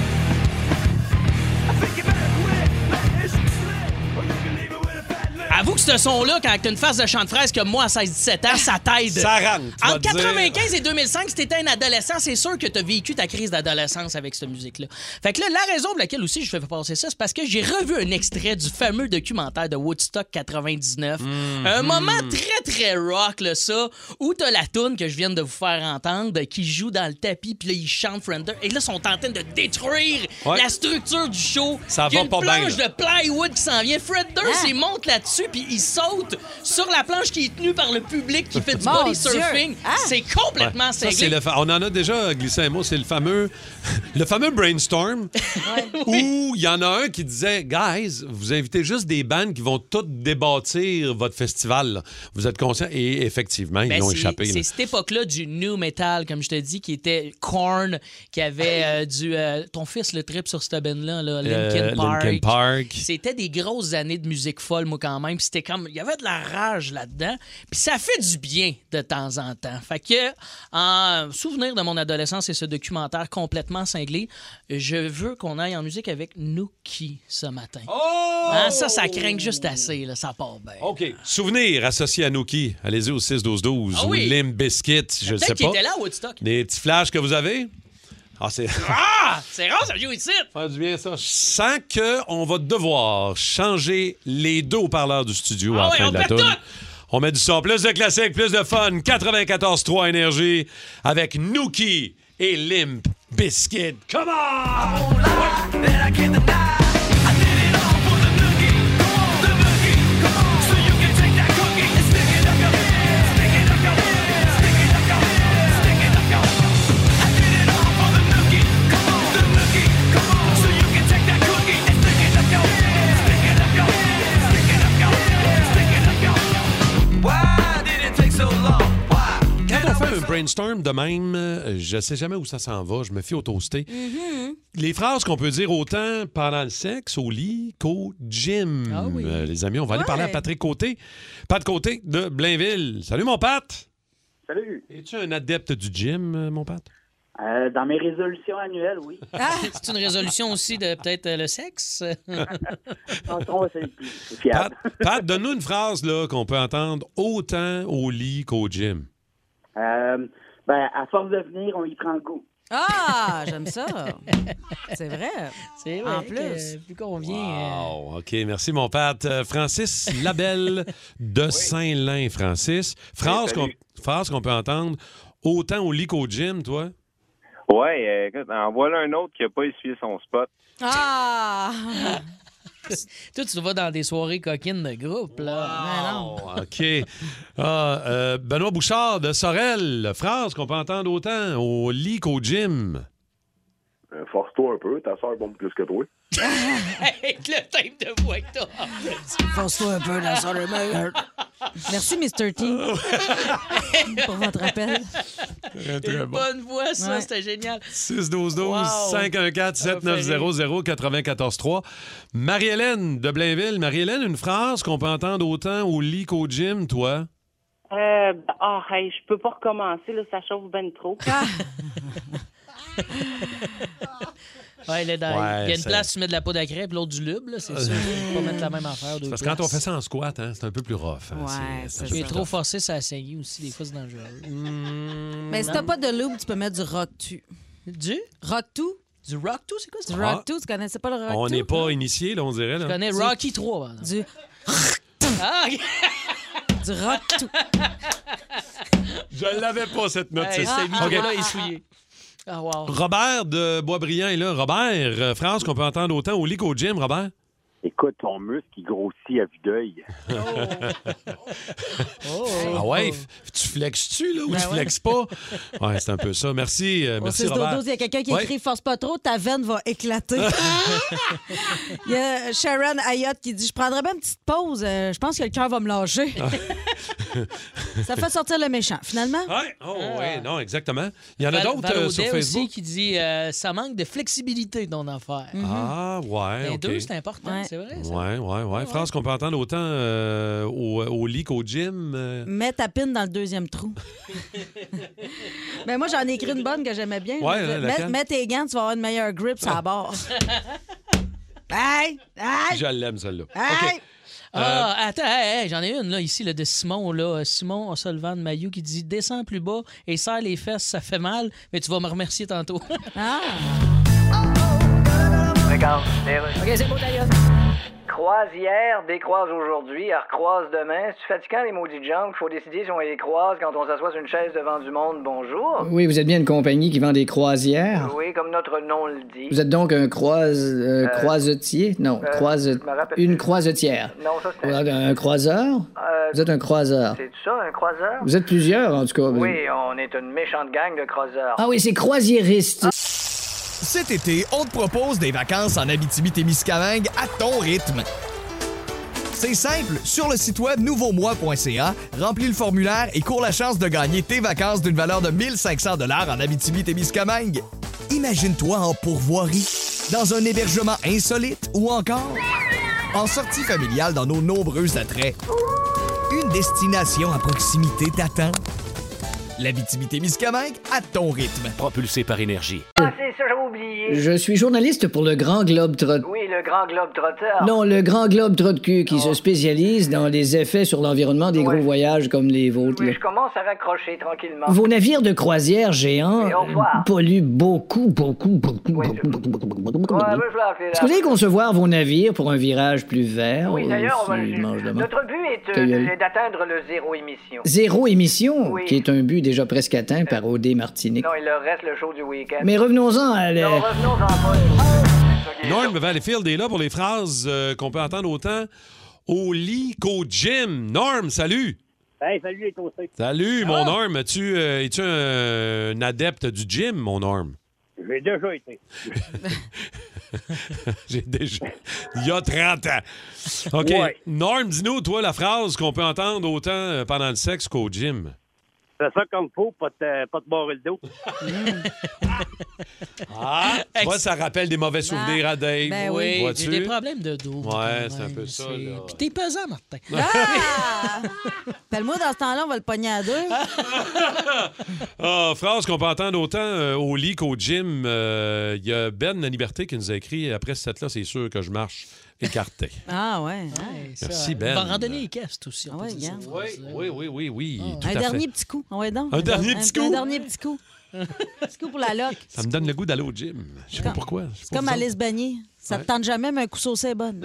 Avoue que ce son-là, quand t'as une face de champ de fraise comme moi à 16-17 ans, ça t'aide. Ça rentre. Entre 95 et 2005, si t'étais un adolescent, c'est sûr que t'as vécu ta crise d'adolescence avec cette musique-là. Fait que là, la raison pour laquelle aussi je fais passer ça, c'est parce que j'ai revu un extrait du fameux documentaire de Woodstock 99. Un moment très, très rock, là, ça, où t'as la toune que je viens de vous faire entendre qui joue dans le tapis, puis là, ils chantent Friender. Et là, ils sont en train de détruire la structure du show. Ça Il y a va une pas bien, planche là. de plywood qui s'en vient. Fred Durst, il monte là-dessus, puis il saute sur la planche qui est tenue par le public qui fait du Mon body Dieu! surfing. C'est complètement Ça, cinglé. on en a déjà glissé un mot, c'est le fameux brainstorm où il y en a un qui disait « Guys, vous invitez juste des bandes qui vont toutes débâtir votre festival. Là. Vous êtes conscients? » Et effectivement, ils l'ont échappé. C'est cette époque-là du new metal, comme je te dis, qui était Korn, qui avait ton fils le trip sur cette band-là, là, Linkin Park. C'était des grosses années de musique folle, moi, quand même. Puis c'était comme... Il y avait de la rage là-dedans. Puis ça fait du bien de temps en temps. Fait que, en souvenir de mon adolescence et ce documentaire complètement cinglé, je veux qu'on aille en musique avec Nookie ce matin. Ça craint juste assez, là, ça part bien. OK. Souvenir associé à Nookie. Allez-y au 6-12-12. Ah oui. Ou Limp Bizkit, je ne sais Peut-être qu'il pas. était là à Woodstock. Des petits flashs que vous avez? C'est c'est rare, ça joue ici! Faire du bien, ça. Je sens qu'on va devoir changer les deux haut-parleurs du studio à la fin de la toune. On met du son, plus de classiques, plus de fun. 94.3 Énergie avec Nookie et Limp Bizkit. Come on! Un brainstorm de même, je sais jamais où ça s'en va, je me fie au toasté. Les phrases qu'on peut dire autant pendant le sexe, au lit, qu'au gym. Ah oui. Les amis, on va aller parler à Patrick Côté. Pat Côté de Blainville. Salut mon Pat! Salut! Es-tu un adepte du gym, mon Pat? Dans mes résolutions annuelles, oui. C'est une résolution aussi de peut-être le sexe? C'est fiable. Pat, donne-nous une phrase là, qu'on peut entendre autant au lit qu'au gym. À force de venir, on y prend goût. Ah, j'aime ça. C'est vrai. C'est vrai. En plus. Plus qu'on vient. Wow, OK, merci mon Pat. Francis Labelle de Saint-Lin, Francis. Phrase qu'on peut entendre autant au lit qu'au gym, toi? Oui, écoute, en voilà un autre qui n'a pas essuyé son spot. Ah! Toi, tu vas dans des soirées coquines de groupe, là. Wow, OK. Benoît Bouchard de Sorel, phrase qu'on peut entendre autant au lit qu'au gym. Force-toi un peu, ta soeur bombe plus que toi. Avec le type de voix que t'as. Force-toi un peu, la soeur est meilleure. Merci, Mr. T, pour votre appel. Une bonne voix, ça, Ouais. c'était génial. 612-12, 514-7900-943. Marie-Hélène de Blainville. Marie-Hélène, une phrase qu'on peut entendre autant au lit qu'au gym, toi? Je peux pas recommencer, là, ça chauffe ben trop. Ouais, là, il y a une place, tu mets de la poudre à crêpes, l'autre du lube, là, c'est sûr. Tu peux pas mettre la même affaire. Parce que quand on fait ça en squat, hein, c'est un peu plus rough. Hein, Tu es trop forcé, ça a saigné aussi. Des fois, c'est dangereux. Mais si t'as pas de lube, tu peux mettre du Rock-To. Du? Rock-To? Du Rock-To, c'est quoi ça? Du Rock-To, tu connaissais pas le Rock-To? On n'est pas initié, là, on dirait. Là. Je connais Rocky 3. Du... Ah, du Rock-To. Je l'avais pas, cette note. Hey, ce micro-là est souillé. Ah, wow. Robert de Boisbriand est là. Robert, phrase qu'on peut entendre autant au lit qu'au gym, Robert? Écoute, ton muscle, il grossit à vue d'œil. Ah ouais, tu flexes-tu, là, ou tu flexes pas? Ouais, c'est un peu ça. Merci, merci, Robert. Il y a quelqu'un qui écrit « Force pas trop, ta veine va éclater ». Il y a Sharon Ayotte qui dit « Je prendrais bien une petite pause. Je pense que le cœur va me lâcher. » Ça fait sortir le méchant, finalement. Oui, non, exactement. Il y en a d'autres sur Facebook. Aussi qui dit ça manque de flexibilité, ton affaire. Ah, ouais, Les OK. deux, c'est important, c'est vrai, ça. Ouais. Phrase qu'on peut entendre autant au lit qu'au gym. Mets ta pine dans le deuxième trou. Mais moi, j'en ai écrit une bonne que j'aimais bien. Ouais, laquelle? Mets tes gants, tu vas avoir une meilleure grip sur la barre. Hey! Hey! Je l'aime, celle-là. Hey! OK. Attends, j'en ai une là, ici là, de Simon. Là. Simon O'Sullivan de Mayou qui dit « Descends plus bas et serre les fesses, ça fait mal, mais tu vas me remercier tantôt. » Regarde. OK, c'est beau, d'ailleurs. Croise hier, décroise aujourd'hui, recroise demain. C'est fatigant les maudits jambes, il faut décider si on les croise quand on s'assoit sur une chaise devant du monde. Bonjour. Oui, vous êtes bien une compagnie qui vend des croisières? Oui, comme notre nom le dit. Vous êtes donc un croisetier? Non, une croisetière. Non, ça c'est... Un croiseur? Vous êtes un croiseur. C'est ça, un croiseur? Vous êtes plusieurs, en tout cas. Oui, on est une méchante gang de croiseurs. Ah oui, c'est croisiériste. Cet été, on te propose des vacances en Abitibi-Témiscamingue à ton rythme. C'est simple, sur le site web nouveaumois.ca, remplis le formulaire et cours la chance de gagner tes vacances d'une valeur de 1 500 $ en Abitibi-Témiscamingue. Imagine-toi en pourvoirie, dans un hébergement insolite ou encore en sortie familiale dans nos nombreux attraits. Une destination à proximité t'attend. L'Abitibi-Témiscamingue à ton rythme. Propulsé par Énergie. Ah, c'est ça, j'avais oublié. Je suis journaliste pour le Grand Globe Trot. Oui, le Grand Globe Trotteur. Non, le Grand Globe Trot-Cul qui se spécialise dans les effets sur l'environnement des gros voyages comme les vôtres. Oui, là. je commence à raccrocher tranquillement. Vos navires de croisière géants Et au revoir. polluent beaucoup. Ouais, Est-ce que vous allez concevoir vos navires pour un virage plus vert? Oui, d'ailleurs, Notre but est d'atteindre le zéro émission. Zéro émission, Oui. qui est un but déjà presque atteint par OD Martinique. Non, il leur reste le show du week-end. Mais revenons-en à... Non, revenons-en pas. Norm Valleyfield est là pour les phrases qu'on peut entendre autant au lit qu'au gym. Norm, salut! Hey, salut les toastés. Salut, mon Norm. Es-tu un adepte du gym, mon Norm? J'ai déjà été. Il y a 30 ans. OK. Ouais. Norm, dis-nous, toi, la phrase qu'on peut entendre autant pendant le sexe qu'au gym. Fais ça comme faut, pas te barrer le dos. Ah, tu vois, ça rappelle des mauvais souvenirs à Dave. Ben oui, Vois-tu? j'ai des problèmes de dos. Ouais, c'est un peu ça, là. Puis t'es pesant, Martin. Ah! Appelle-moi dans ce temps-là, on va le pogner à deux. Ah, phrase qu'on peut entendre autant au lit qu'au gym. Il y a Ben La Liberté qui nous a écrit « Après cette là, c'est sûr que je marche écarté. » Ah ouais. Merci, Ben. Va randonner les caisses aussi. Ah ouais, regarde. Oui. Un dernier petit coup. Ah ouais, donc. Un dernier petit coup? Un dernier petit coup. Petit coup pour la loc. Ça me donne le goût d'aller au gym. Je sais pas pourquoi. C'est comme Alice Bagné. Ça te tente jamais, mais un coup saucé est bonne.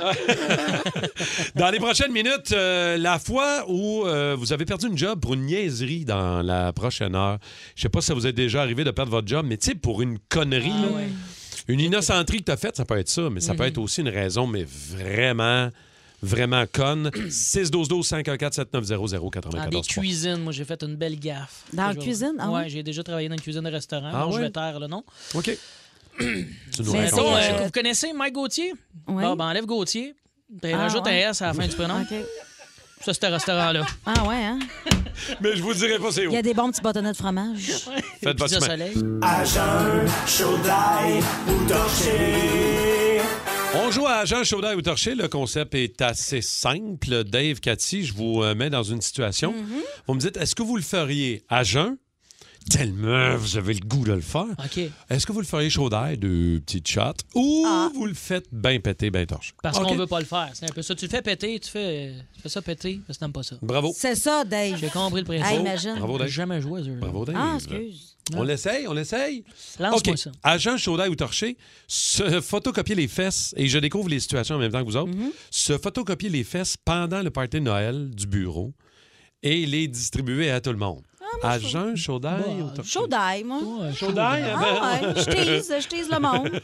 Dans les prochaines minutes, la fois où vous avez perdu une job pour une niaiserie dans la prochaine heure. Je sais pas si ça vous est déjà arrivé de perdre votre job, mais tu sais, pour une connerie, là, une innocenterie que tu as faite, ça peut être ça, mais ça peut être aussi une raison, mais vraiment conne. 612-12-514-7900-94. Dans des cuisines, moi, j'ai fait une belle gaffe. Dans la cuisine? Ah ouais, oui? j'ai déjà travaillé dans une cuisine de restaurant. Ah Je ouais? vais taire le nom. OK. Tu nous Mais racontes ça. vous connaissez Mike Gauthier? Oui. Bon, ben enlève Gauthier. Puis Ah, rajoute ouais. un S à la fin du prénom. OK. Ça, c'est un restaurant-là. Ah ouais, hein? Mais je vous dirai pas c'est où. Il y a des bons petits bâtonnets de fromage. Faites votre Pizza chemin. Soleil. Agent, chaud d'ail ou torché. On joue à Agent Chaud d'ail ou torché. Le concept est assez simple. Dave, Cathy, je vous mets dans une situation. Vous me dites, est-ce que vous le feriez à jeun? Tellement vous avez le goût de le faire. OK. Est-ce que vous le feriez chaud d'ail, deux petites shots, ou vous le faites bien pété, bien torché? Parce OK. qu'on veut pas le faire. C'est un peu ça. Tu le fais péter, tu fais ça péter, parce que t'aimes pas ça. Bravo. C'est ça, Dave. J'ai compris le principe. Hey, imagine. Bravo, Dave. J'ai jamais joué à ce jeu-là. Bravo, Dave. Ah, excuse. On l'essaye? Lance-moi OK. ça. Agent chaud d'ail ou torché, se photocopier les fesses, et je découvre les situations en même temps que vous autres, se photocopier les fesses pendant le party de Noël du bureau et les distribuer à tout le monde. Agent chaud d'ail ou torché? Chaud d'ail, moi. Chaud d'ail? Ah ouais, je tease le monde.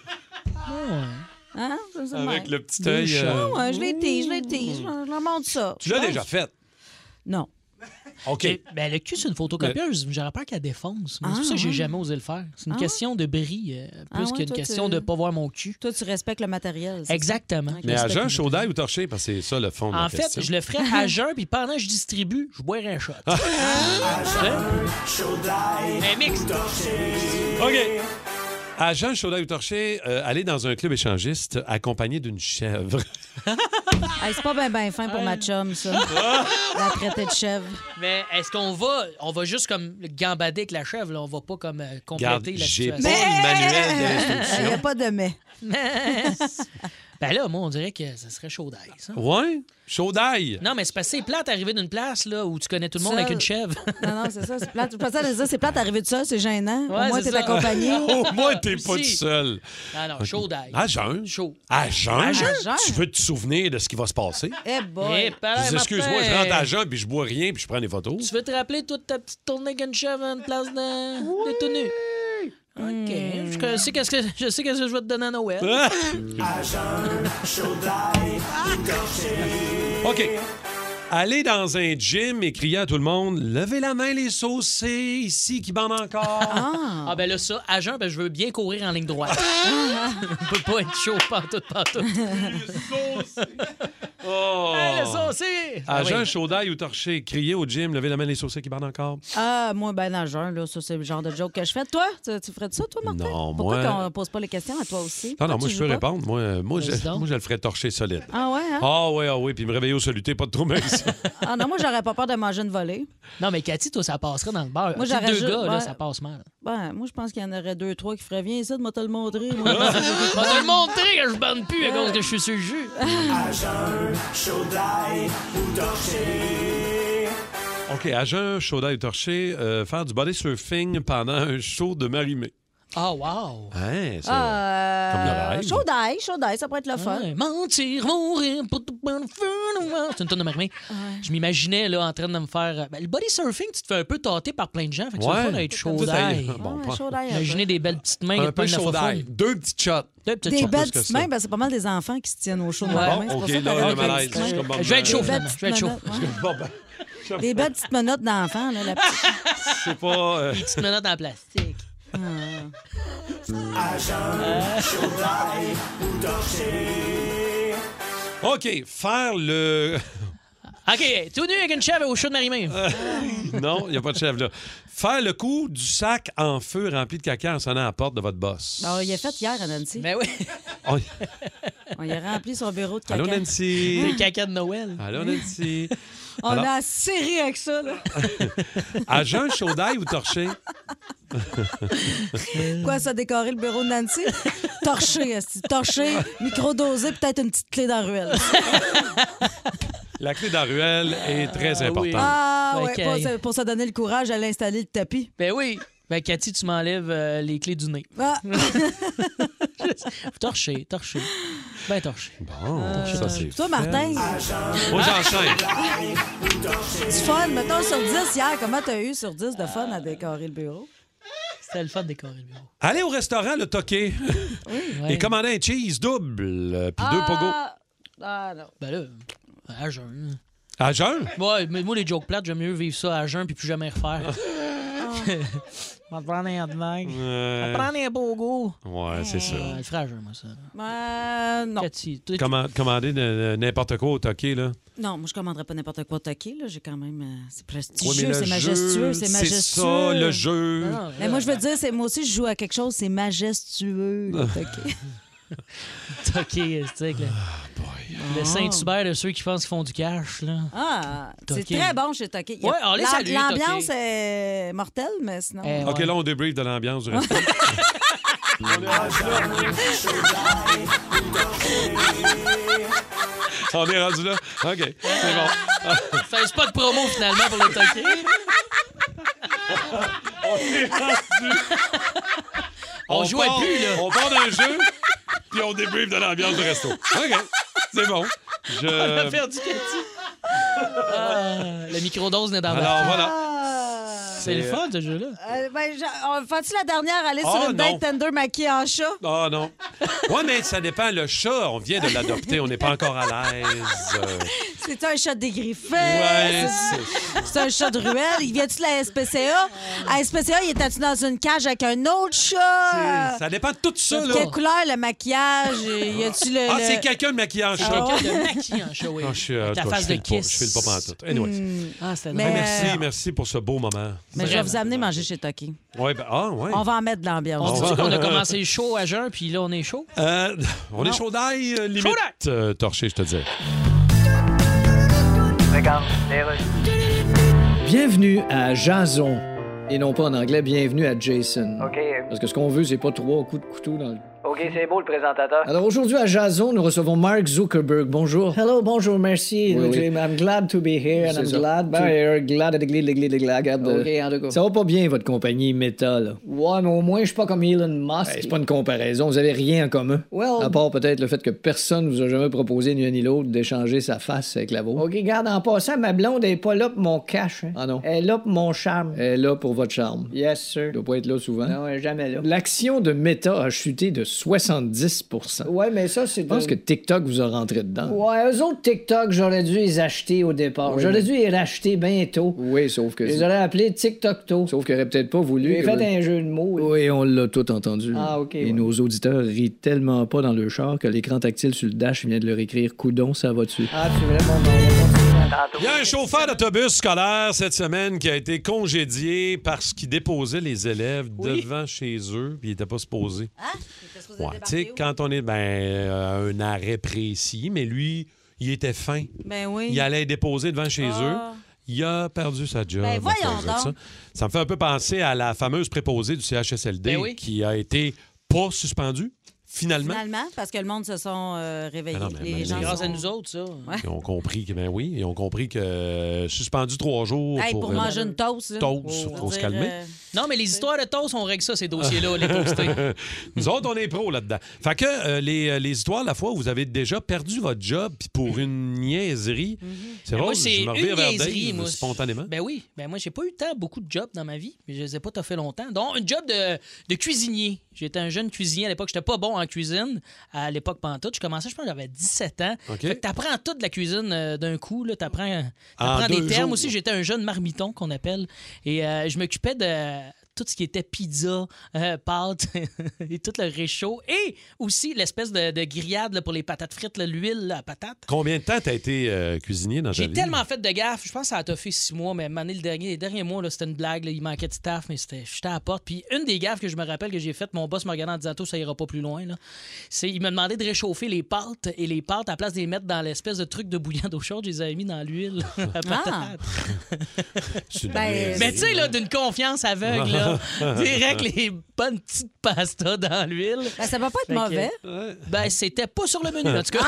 Hein? C'est Avec même. le petit œil. Ah ouais, je les tease. Je leur montre ça. Tu l'as déjà fait? Non. OK. Ben, le cul, c'est une photocopieuse. J'aurais peur qu'elle défonce. Mais c'est pour ça que j'ai jamais osé le faire. C'est une question de bris, plus ouais, qu'une toi, question de pas voir mon cul. Toi, tu respectes le matériel. c'est Exactement. Mais Je respecte agent le chaud d'ail ou torché? Parce que c'est ça le fond de la En fait, question. je le ferais à jeun, puis pendant que je distribue, je boirais un shot. Chaud d'ail Un mix. OK. Agent chaud d'ail ou torché, aller dans un club échangiste accompagné d'une chèvre. Hey, c'est pas bien fin pour ma chum, ça. La traiter de chèvre. Mais est-ce qu'on va juste comme gambader avec la chèvre, là? On va pas comme Garde, compléter la j'ai situation. pas le manuel Il n'y a d'instruction. pas de mais. Ben là, moi, on dirait que ça serait chaud d'ail, ça. Ouais? Chaud d'ail. Non, mais c'est parce que c'est plate d'arriver d'une place là, où tu connais tout le monde Seul. avec une chèvre. Non, c'est ça, c'est plate. Je pensais à dire, c'est plate d'arriver de ça, c'est gênant. Ouais, Au moins, c'est t'es ça. accompagné. Au moins, t'es pas tout Aussi. seul. Ah non, chaud d'ail. À jeun? Chaud. À jeun? À jeun? Tu veux te souvenir de ce qui va se passer? Eh boy. Eh, pareil, Je dis, excuse-moi, Martin. je rentre à jeun puis je bois rien puis je prends des photos. Tu veux te rappeler toute ta petite tournée avec une chèvre à une place de tout nu? OK. Je sais qu'est-ce que je vais te donner à Noël. OK. Aller dans un gym et crier à tout le monde « Levez la main, les saucés, ici, qui bandent encore. » Ah, ben là, ça, à jeun, ben, je veux bien courir en ligne droite. On peut pas être chaud pantoute. Oh. Hey, le saucé! À Ah jeun, oui. chaud d'ail ou torché, crier au gym « Levez la main, les saucés, qui bandent encore. » Ah, moi, ben nageur, là, ça, c'est le genre de joke que je fais. Toi, tu ferais de ça, toi, Martin? Non, Pourquoi moi... qu'on pose pas les questions à toi aussi? Non, Pourquoi moi, tu je joues peux pas? répondre. Moi, je le ferais torcher solide. Ah ouais, hein? Ah oui, puis me réveiller au soluté, pas de trop même ça. Ah non, moi, j'aurais pas peur de manger une volée. Non, mais Cathy, toi, ça passerait dans le bar. Moi, Tu sais, j'aurais deux juste- gars, là, ouais. ça passe mal. Ben, moi, je pense qu'il y en aurait 2-3 qui feraient « Viens ici, de moi te le montrer. » Moi, On va te le montrer que je bande plus à cause que je suis sur le jus. OK, à jeun, chaud d'ail ou torché, faire du body surfing pendant un show de Marie-Mé. Ah, wow! Hein, c'est comme le rêve. Chaud d'ail, ça pourrait être le fun. Ouais, mentir, mourir, pour tout le feu. C'est une tonne de Marie-Mé. Je m'imaginais là, en train de me faire. Ben, le body surfing, tu te fais un peu tâter par plein de gens. Fait que c'est le fun d'être chaud Tout d'ail. aille. Bon, Ouais, chaud d'ail, un Imaginez des belles petites mains. un qui peu pognent la chaud d'ail. faufoune. 2 petites shots. Deux petites Des choses. belles plus que petites ça. mains, ben, c'est pas mal des enfants qui se tiennent au chaud de Ouais. leurs mains. C'est pour OK, ça que là, t'as le des malaise. petites mains. Je suis comme bon, Je vais être chaud, Des belles finalement. Je vais être chaud. petites menottes, Bon, ben, ouais. Des belles petites menottes d'enfants, là, la petite. c'est pas... Des petites menottes en plastique. OK, faire le... OK, tout nu avec une chèvre au chaud de Marie-Mé. Non, il n'y a pas de chèvre là. Faire le coup du sac en feu rempli de caca en sonnant à la porte de votre boss. Alors, il a fait hier à Nancy. Ben oui. Oh, On y a rempli son bureau de caca. Allô, Nancy. Des caca de Noël. Allô, Nancy. On Alors- a assez ri avec ça, là. À jeun, chaud d'ail ou torché? Quoi, ça, décorer le bureau de Nancy? Torché, esti. Torché, microdosé, peut-être une petite clé dans la ruelle. La clé de la ruelle est très importante. Ah, Ben, ouais, Kay. pour se donner le courage d'aller installer le tapis. Ben oui. Ben, Cathy, tu m'enlèves les clés du nez. Ah, Torché. Ben torché. Bon, ça, c'est toi, fait. Martin, Moi, j'enchaîne. du fun. Mettons sur 10 hier, comment t'as eu sur 10 de fun à décorer le bureau? C'était le fun de décorer le bureau. Aller au restaurant, le toqué, Ouais. et commander un cheese double, puis 2 pogos. Ah, non. Ben là, à jeun. À jeun? Ouais, mais moi, les jokes plates, j'aime mieux vivre ça à jeun puis plus jamais refaire. On va prendre un hot dog. On va prendre un pogo. Ouais, c'est ça. Le ferai à jeun, moi, ça. Non. Cathy, toi, Commander n'importe quoi au toqué, là. Non, moi, je commanderais pas n'importe quoi au taquet, là. J'ai quand même... c'est Ouais, mais prestigieux, le c'est jeu, majestueux, c'est majestueux. C'est ça, le jeu. Non, Mais moi, je veux dire, moi aussi, je joue à quelque chose, c'est majestueux, le taquet. toqué, c'est avec le Saint-Hubert de ceux qui pensent qu'ils font du cash, là. Ah, c'est Toqué. très bon chez Toqué. Ouais, on les salue, L'ambiance Toqué. est mortelle, mais sinon... Eh, OK, ouais. là, on débrief de l'ambiance du restaurant. On est rendu là? OK, c'est bon. C'est un spot promo, finalement, pour le toqué. On est rendu. On jouait part- plus, là. On part d'un jeu, puis on débrief de l'ambiance du resto. OK, c'est bon. On a perdu Cathy. La microdose n'est dans Alors, ma... voilà. C'est le fun, ce jeu-là. Fais-tu la dernière, aller Ah, sur une non. date Tinder maquillée en chat? Ah non. Ouais, mais ça dépend. Le chat, on vient de l'adopter. On n'est pas encore à l'aise. C'est un chat dégriffé? Ouais, C'est un chat de ruelle. Il vient-tu de la SPCA? À SPCA, il était-tu dans une cage avec un autre chat? Ça dépend de tout ça, là. Quelle couleur, le maquillage? Y a-tu le... Ah, le- c'est quelqu'un de maquillé en chat. Quelqu'un de maquillé en chat, oui. Ah, je suis, Avec en ta tout cas, face je de file pas. kiss. Je file pas pantoute. Anyways. Ah, c'était Mais- drôle. Merci pour ce beau moment. Mais je vais vous amener manger chez Toki. Ouais, ouais. On va en mettre de l'ambiance. On dit qu'on a commencé chaud à jeun, puis là, on est chaud? On est chaud d'ail, limite. Torché, je te dis. Regarde, Bienvenue à Jason. Et non pas en anglais, bienvenue à Jason. OK, Parce que ce qu'on veut, c'est pas 3 coups de couteau dans le... OK, c'est beau le présentateur. Alors aujourd'hui à Jason, nous recevons Mark Zuckerberg. Bonjour. Hello, bonjour, merci. Oui. I'm glad to be here and I'm glad to... Ça va pas bien, votre compagnie Meta, là. Ouais, mais au moins, je suis pas comme Elon Musk. C'est pas une comparaison, vous avez rien en commun. À part peut-être le fait que personne vous a jamais proposé, ni un ni l'autre, d'échanger sa face avec la vôtre. OK, regarde, en passant, ma blonde est pas là pour mon cash. Hein. Ah non. Elle est là pour mon charme. Elle est là pour votre charme. Yes, sir. Elle doit pas être là souvent. Non, elle est jamais là. L'action de Meta a chuté de 70%. Ouais, mais ça, c'est... Je pense que TikTok vous a rentré dedans. Ouais, eux autres, TikTok, j'aurais dû les acheter au départ. Oui. J'aurais dû les racheter bientôt. Oui, sauf que... Je les aurais appelés TikTok-to. Sauf qu'ils auraient peut-être pas voulu... J'ai fait un jeu de mots. Oui, on l'a tout entendu. Ah, OK. Et nos auditeurs rient tellement pas dans le char que l'écran tactile sur le dash vient de leur écrire « Coudon, ça va dessus ». Ah, c'est vraiment bon. Il y a un chauffeur d'autobus scolaire cette semaine qui a été congédié parce qu'il déposait les élèves devant chez eux puis il n'était pas supposé. Hein? Il était supposé Tu sais, quand on est à un arrêt précis, mais lui, il était fin. Ben oui. Il allait déposer devant chez eux. Il a perdu sa job. Ben voyons donc. Ça me fait un peu penser à la fameuse préposée du CHSLD qui a été pas suspendue. Finalement, parce que le monde se sont réveillés. Les gens grâce à nous autres, ça. Ouais. Ils ont compris que, suspendu 3 jours pour manger une toast. Faut se calmer. Non, mais les histoires de toast, on règle ça, ces dossiers-là, les toastés. Nous autres, on est pros là-dedans. Fait que les histoires, la fois où vous avez déjà perdu votre job puis pour une niaiserie, c'est vrai, je me reviens vers Dave spontanément. Ben oui. Ben moi, j'ai pas eu beaucoup de jobs dans ma vie, mais je les ai pas fait longtemps. Donc, un job de cuisinier. J'étais un jeune cuisinier à l'époque. J'étais pas bon en cuisine à l'époque pantoute. Je commençais, je pense, j'avais 17 ans. Okay. Fait que t'apprends toute la cuisine d'un coup. T'apprends des termes aussi. J'étais un jeune marmiton qu'on appelle. Et je m'occupais de tout ce qui était pizza, pâtes et tout le réchaud. Et aussi l'espèce de grillade là, pour les patates frites, là, l'huile à patate. Combien de temps t'as été cuisinier dans ta vie? J'ai tellement fait de gaffe. Je pense que ça a toffé 6 mois, mais les derniers mois, là, c'était une blague. Là, il manquait de staff, mais j'étais à la porte. Puis une des gaffes que je me rappelle que j'ai faites, mon boss me regardait en disant « ça ira pas plus loin. » Il m'a demandé de réchauffer les pâtes. Et les pâtes, à la place de les mettre dans l'espèce de truc de bouillant d'eau chaude, je les avais mis dans l'huile à patate. Mais tu sais, là, d'une confiance aveugle, là. Direct les bonnes petites pastas dans l'huile. Ben, ça va pas être mauvais. Ben, c'était pas sur le menu, en tout cas.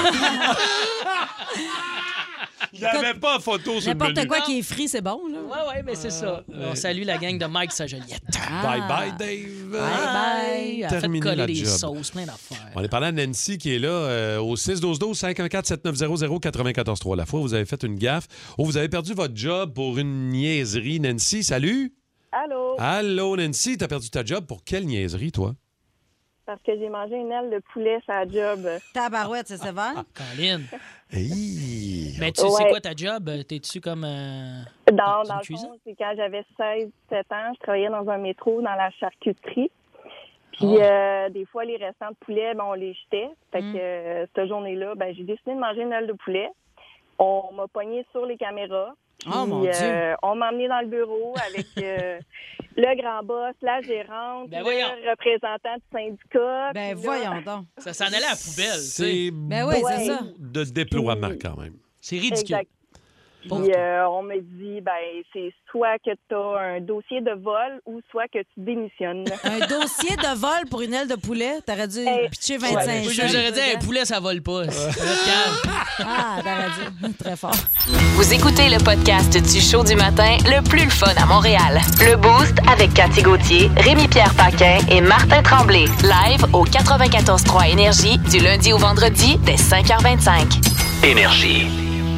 Il n'y avait pas de photo sur le menu. N'importe quoi qui est frit, c'est bon, là. Ouais, mais c'est ça. On salue la gang de Mike Sajoliette. Bye, Dave. Bye. Elle a fait coller des sauces, plein d'affaires. On est parlé à Nancy qui est là au 612-12-514-7900-943. La fois où vous avez fait une gaffe, où vous avez perdu votre job pour une niaiserie. Nancy, salut. Allô? Allô, Nancy, t'as perdu ta job pour quelle niaiserie, toi? Parce que j'ai mangé une aile de poulet sur la job. Tabarouette, c'est sévère? Colin. Hey. Mais tu sais quoi ta job? T'es-tu comme... Dans le fond, c'est quand j'avais 16-17 ans, je travaillais dans un métro dans la charcuterie. Puis des fois, les restants de poulet, on les jetait. Fait que cette journée-là, j'ai décidé de manger une aile de poulet. On m'a pogné sur les caméras. Puis, mon Dieu. On m'a emmené dans le bureau avec le grand boss, la gérante, le représentant du syndicat. Ben voyons donc. Ça s'en allait à la poubelle. C'est c'est ça. De déploiement quand même. C'est ridicule. Exact. Puis on me dit, c'est soit que tu as un dossier de vol ou soit que tu démissionnes. Un dossier de vol pour une aile de poulet? T'aurais dû pitcher 25 cents. J'aurais dit, un poulet, ça vole pas. T'aurais dit. Très fort. Vous écoutez le podcast du show du matin le plus le fun à Montréal. Le Boost avec Cathy Gauthier, Rémi-Pierre Paquin et Martin Tremblay. Live au 94.3 Énergie du lundi au vendredi dès 5h25. Énergie.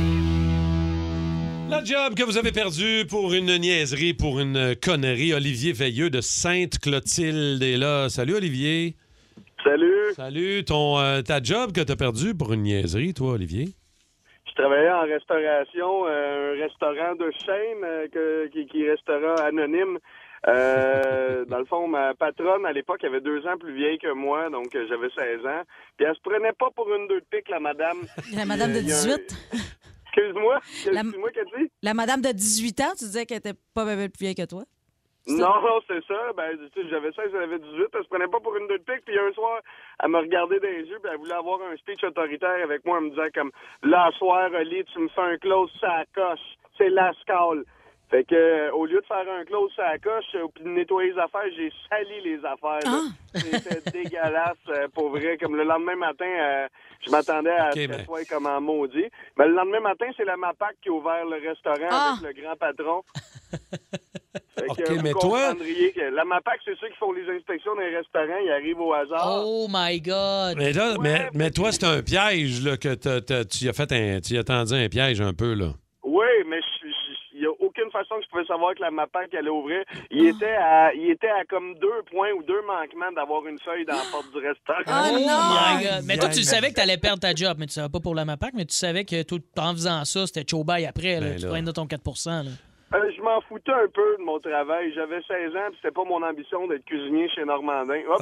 La job que vous avez perdu pour une niaiserie, pour une connerie. Olivier Veilleux de Sainte-Clotilde est là. Salut, Olivier. Salut. Salut. Ta job que tu as perdu pour une niaiserie, toi, Olivier? Je travaillais en restauration, un restaurant de chaîne qui est restaurant anonyme. Dans le fond, ma patronne, à l'époque, avait 2 ans plus vieille que moi, donc j'avais 16 ans. Puis elle se prenait pas pour une 2 de pique, la madame. La madame de 18? Excuse-moi, Cathy? La madame de 18 ans, tu disais qu'elle était pas bébé plus vieille que toi? Non, c'est ça. J'avais 16, elle avait 18. Elle se prenait pas pour une 2 de pique. Puis un soir, elle me regardait dans les yeux puis elle voulait avoir un speech autoritaire avec moi. Elle me disait comme, là, soir, Oli, tu me fais un close, ça coche. C'est la scale. Fait que au lieu de faire un close à la coche puis de nettoyer les affaires, j'ai sali les affaires. C'était dégueulasse pour vrai. Comme le lendemain matin, je m'attendais à ce que soit comme en maudit. Mais le lendemain matin, c'est la MAPAC qui a ouvert le restaurant avec le grand patron. Fait que vous comprendriez que la MAPAC, c'est ceux qui font les inspections dans les restaurants, ils arrivent au hasard. Oh my God! Mais là, mais toi, c'est un piège là, que tu as tendu un piège un peu, là. Oui, mais il n'y a aucune façon que je pouvais savoir que la MAPAC allait ouvrir. Il était à comme 2 points ou 2 manquements d'avoir une feuille dans la porte du restaurant. Oh my God! Mais toi, tu savais que tu allais perdre ta job, mais tu savais pas pour la MAPAC, mais tu savais que tout en faisant ça, c'était chobaille après. Là, tu prenais ton 4 %. Là. Je m'en foutais un peu de mon travail. J'avais 16 ans, puis c'était pas mon ambition d'être cuisinier chez Normandin. Hop!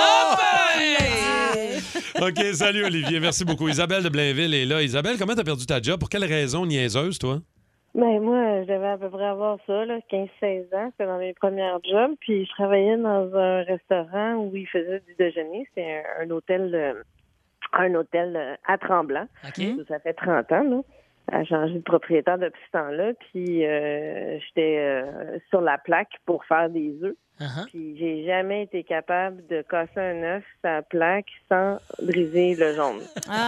OK, salut Olivier, merci beaucoup. Isabelle de Blainville est là. Isabelle, comment t'as perdu ta job? Pour quelle raison niaiseuse, toi? Ben moi, je devais à peu près avoir ça, 15-16 ans. C'était dans mes premières jobs. Puis je travaillais dans un restaurant où ils faisaient du déjeuner. C'était un hôtel à Tremblant. Okay. Ça fait 30 ans, là. A changé de propriétaire depuis ce temps-là, puis j'étais sur la plaque pour faire des œufs. Puis j'ai jamais été capable de casser un œuf sur la plaque sans briser le jaune.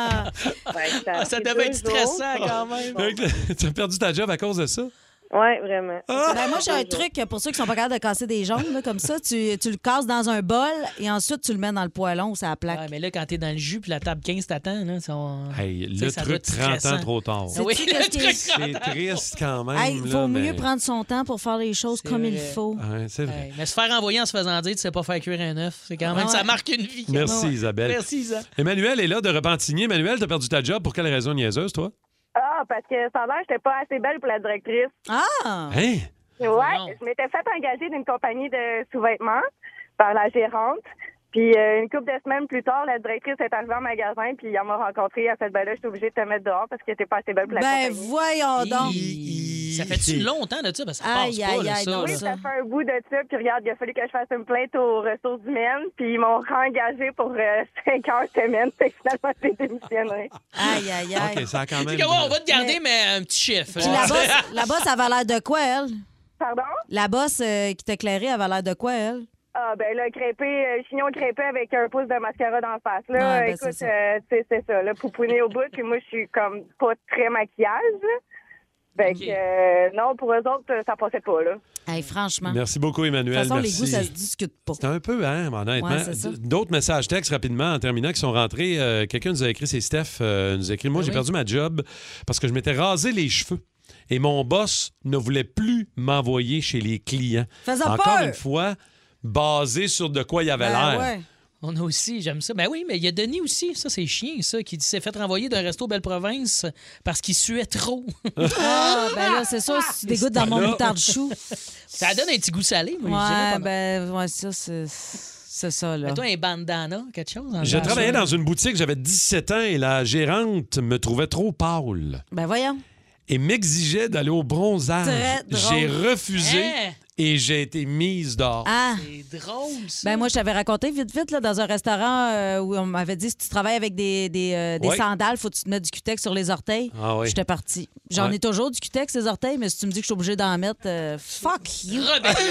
Ça devait être stressant quand même. Tu as perdu ta job à cause de ça? Oui, vraiment. Ben, moi, j'ai un truc pour ceux qui sont pas capables de casser des jaunes, là, comme ça. Tu le casses dans un bol et ensuite tu le mets dans le poêlon ou sur la plaque. Ouais, mais là, quand t'es dans le jus puis la table 15 t'attend, là, hey, le truc 30 ans trop tard. Oui, c'est triste quand même. Il vaut mieux prendre son temps pour faire les choses comme il faut. Ouais, c'est vrai. Mais se faire envoyer en se faisant dire tu sais pas faire cuire un œuf, c'est quand même, ça marque une vie. Merci Isabelle. Merci Isabelle. Emmanuel est là de Repentigny. Emmanuel, t'as perdu ta job pour quelle raison niaiseuse, toi? Parce que ça a l'air que j'étais pas assez belle pour la directrice. Ah! Hein? Ouais, je m'étais fait engager d'une compagnie de sous-vêtements par la gérante. Puis une couple de semaines plus tard, la directrice est arrivée en magasin, puis elle m'a rencontrée. Elle a fait, ben là, je suis obligée de te mettre dehors parce que t'es pas assez belle pour la compagnie. Ben voyons donc! Ça fait-tu longtemps de ça? Parce que ça passe pas, ça. Oui, ça fait un bout de ça. Puis regarde, il a fallu que je fasse une plainte aux ressources humaines. Puis ils m'ont réengagé pour 5 heures semaine. Fait que finalement, j'ai démissionné. Aïe. OK, ça a quand même... On va te garder, mais un petit chiffre. Puis la bosse, elle avait l'air de quoi, elle? Pardon? La bosse qui t'éclairait, elle avait l'air de quoi, elle? Ah, ben là, chignon crêpé avec un pouce de mascara d'en face. Là, ouais, ben écoute, c'est ça, là, pouponné au bout. Puis moi, je suis comme pas très maquillage. Fait que, non, pour eux autres, ça passait pas, là. Hey, franchement. Merci beaucoup, Emmanuel. De toute façon, merci. les goûts, ça se discute pas. C'est un peu, honnêtement. Ouais, c'est ça. D'autres messages textes rapidement en terminant qui sont rentrés. Quelqu'un nous a écrit, c'est Steph, nous a écrit, moi, j'ai perdu ma job parce que je m'étais rasé les cheveux. Et mon boss ne voulait plus m'envoyer chez les clients. Encore une fois, basé sur de quoi il avait l'air. Ouais. On a aussi, j'aime ça. Ben oui, mais il y a Denis aussi, ça c'est chien, ça, qui s'est fait renvoyer d'un resto Belle-Province parce qu'il suait trop. Ben là, c'est sûr, si tu dégoûtes dans mon moutarde chou. Ça donne un petit goût salé, moi, je dirais. Ça, c'est ça, là. Mais toi, un bandana, quelque chose? Je travaillais dans une boutique, j'avais 17 ans et la gérante me trouvait trop pâle. Ben voyons. Et m'exigeait d'aller au bronzage. Très drôle. J'ai refusé. Et j'ai été mise dehors. Ah. C'est drôle, ça. Ben moi, je t'avais raconté vite, là, dans un restaurant où on m'avait dit si tu travailles avec des sandales, faut que tu te mettes du Cutex sur les orteils. Ah oui. J'étais partie. J'en ai toujours du Cutex, les orteils, mais si tu me dis que je suis obligée d'en mettre, fuck you.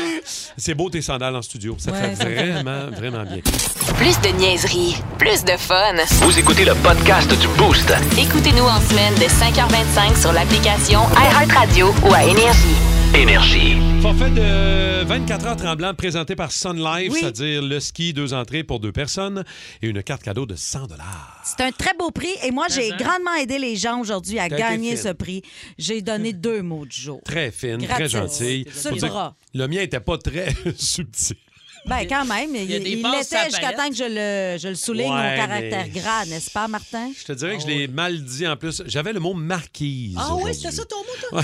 C'est beau tes sandales en studio. Ça fait vraiment, vraiment bien. Plus de niaiserie, plus de fun. Vous écoutez le podcast du Boost. Écoutez-nous en semaine de 5h25 sur l'application iHeartRadio ou à Énergie. Énergie. Forfait de 24 heures Tremblant présenté par Sun Life, c'est-à-dire le ski, 2 entrées pour 2 personnes et une carte cadeau de 100 $. C'est un très beau prix et moi, j'ai grandement aidé les gens aujourd'hui à gagner ce prix. J'ai donné 2 mots du jour. Très fine, très gentille. Sur le bras. Le mien n'était pas très subtil. Ben quand même, il l'était jusqu'à temps que je le souligne au caractère gras, n'est-ce pas, Martin? Je te dirais que je l'ai mal dit en plus. J'avais le mot marquise. Ah oui, c'était ça ton mot, toi?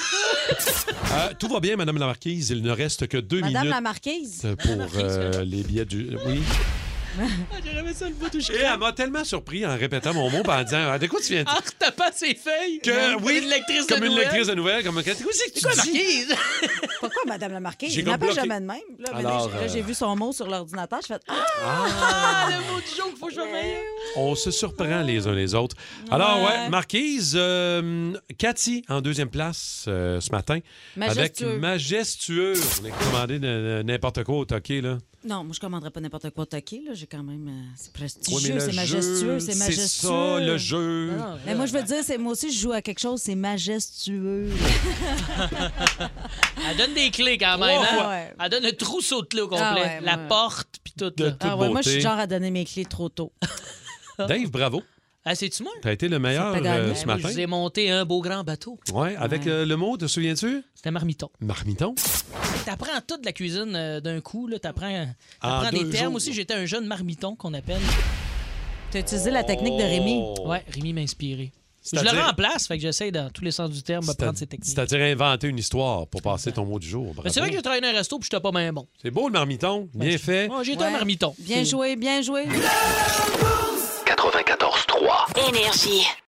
Tout va bien, Madame la Marquise. Il ne reste que 2 minutes. Madame la Marquise? Pour les billets du... Oui. J'aurais ça le bout touché. Et elle m'a tellement surpris en répétant mon mot en disant de quoi tu viens de dire? En retapant ses feuilles. Oui, comme une lectrice de nouvelles. Comme c'est quoi c'est que tu dis? Marquise? Pourquoi Madame la Marquise? Je n'appelle jamais de même. Là, alors, j'ai vu son mot sur l'ordinateur. Je fais le mot du jour qu'il faut que je fasse. On se surprend les uns les autres. Alors, Marquise, Cathy en deuxième place ce matin. Avec Majestueux. On a commandé n'importe quoi au Toqué, là. Non, moi, je ne commanderais pas n'importe quoi au Toqué. Là. J'ai quand même... c'est prestigieux, c'est majestueux, c'est majestueux. C'est ça, le jeu. Mais moi, je veux dire, moi aussi, je joue à quelque chose, c'est majestueux. Elle donne des clés quand même. Hein? Elle donne le trousseau de clés au complet. La porte, puis tout. Moi, je suis genre à donner mes clés trop tôt. Dave, bravo. Ah, c'est-tu moi? T'as été le meilleur ce matin. Je vous ai monté un beau grand bateau. Oui, avec le mot, te souviens-tu? C'était marmiton. Marmiton? T'apprends toute la cuisine d'un coup. T'apprends des termes aussi. J'étais un jeune marmiton qu'on appelle. T'as utilisé la technique de Rémi? Oui, Rémi m'a inspiré. Je le remplace, fait que j'essaie dans tous les sens du terme de prendre ces techniques. C'est-à-dire inventer une histoire pour passer ton mot du jour. C'est vrai que j'ai travaillé dans un resto puis j'étais pas bien bon. C'est beau le marmiton, bien fait. J'ai été un marmiton. Bien joué, bien joué. 94.3 Énergie.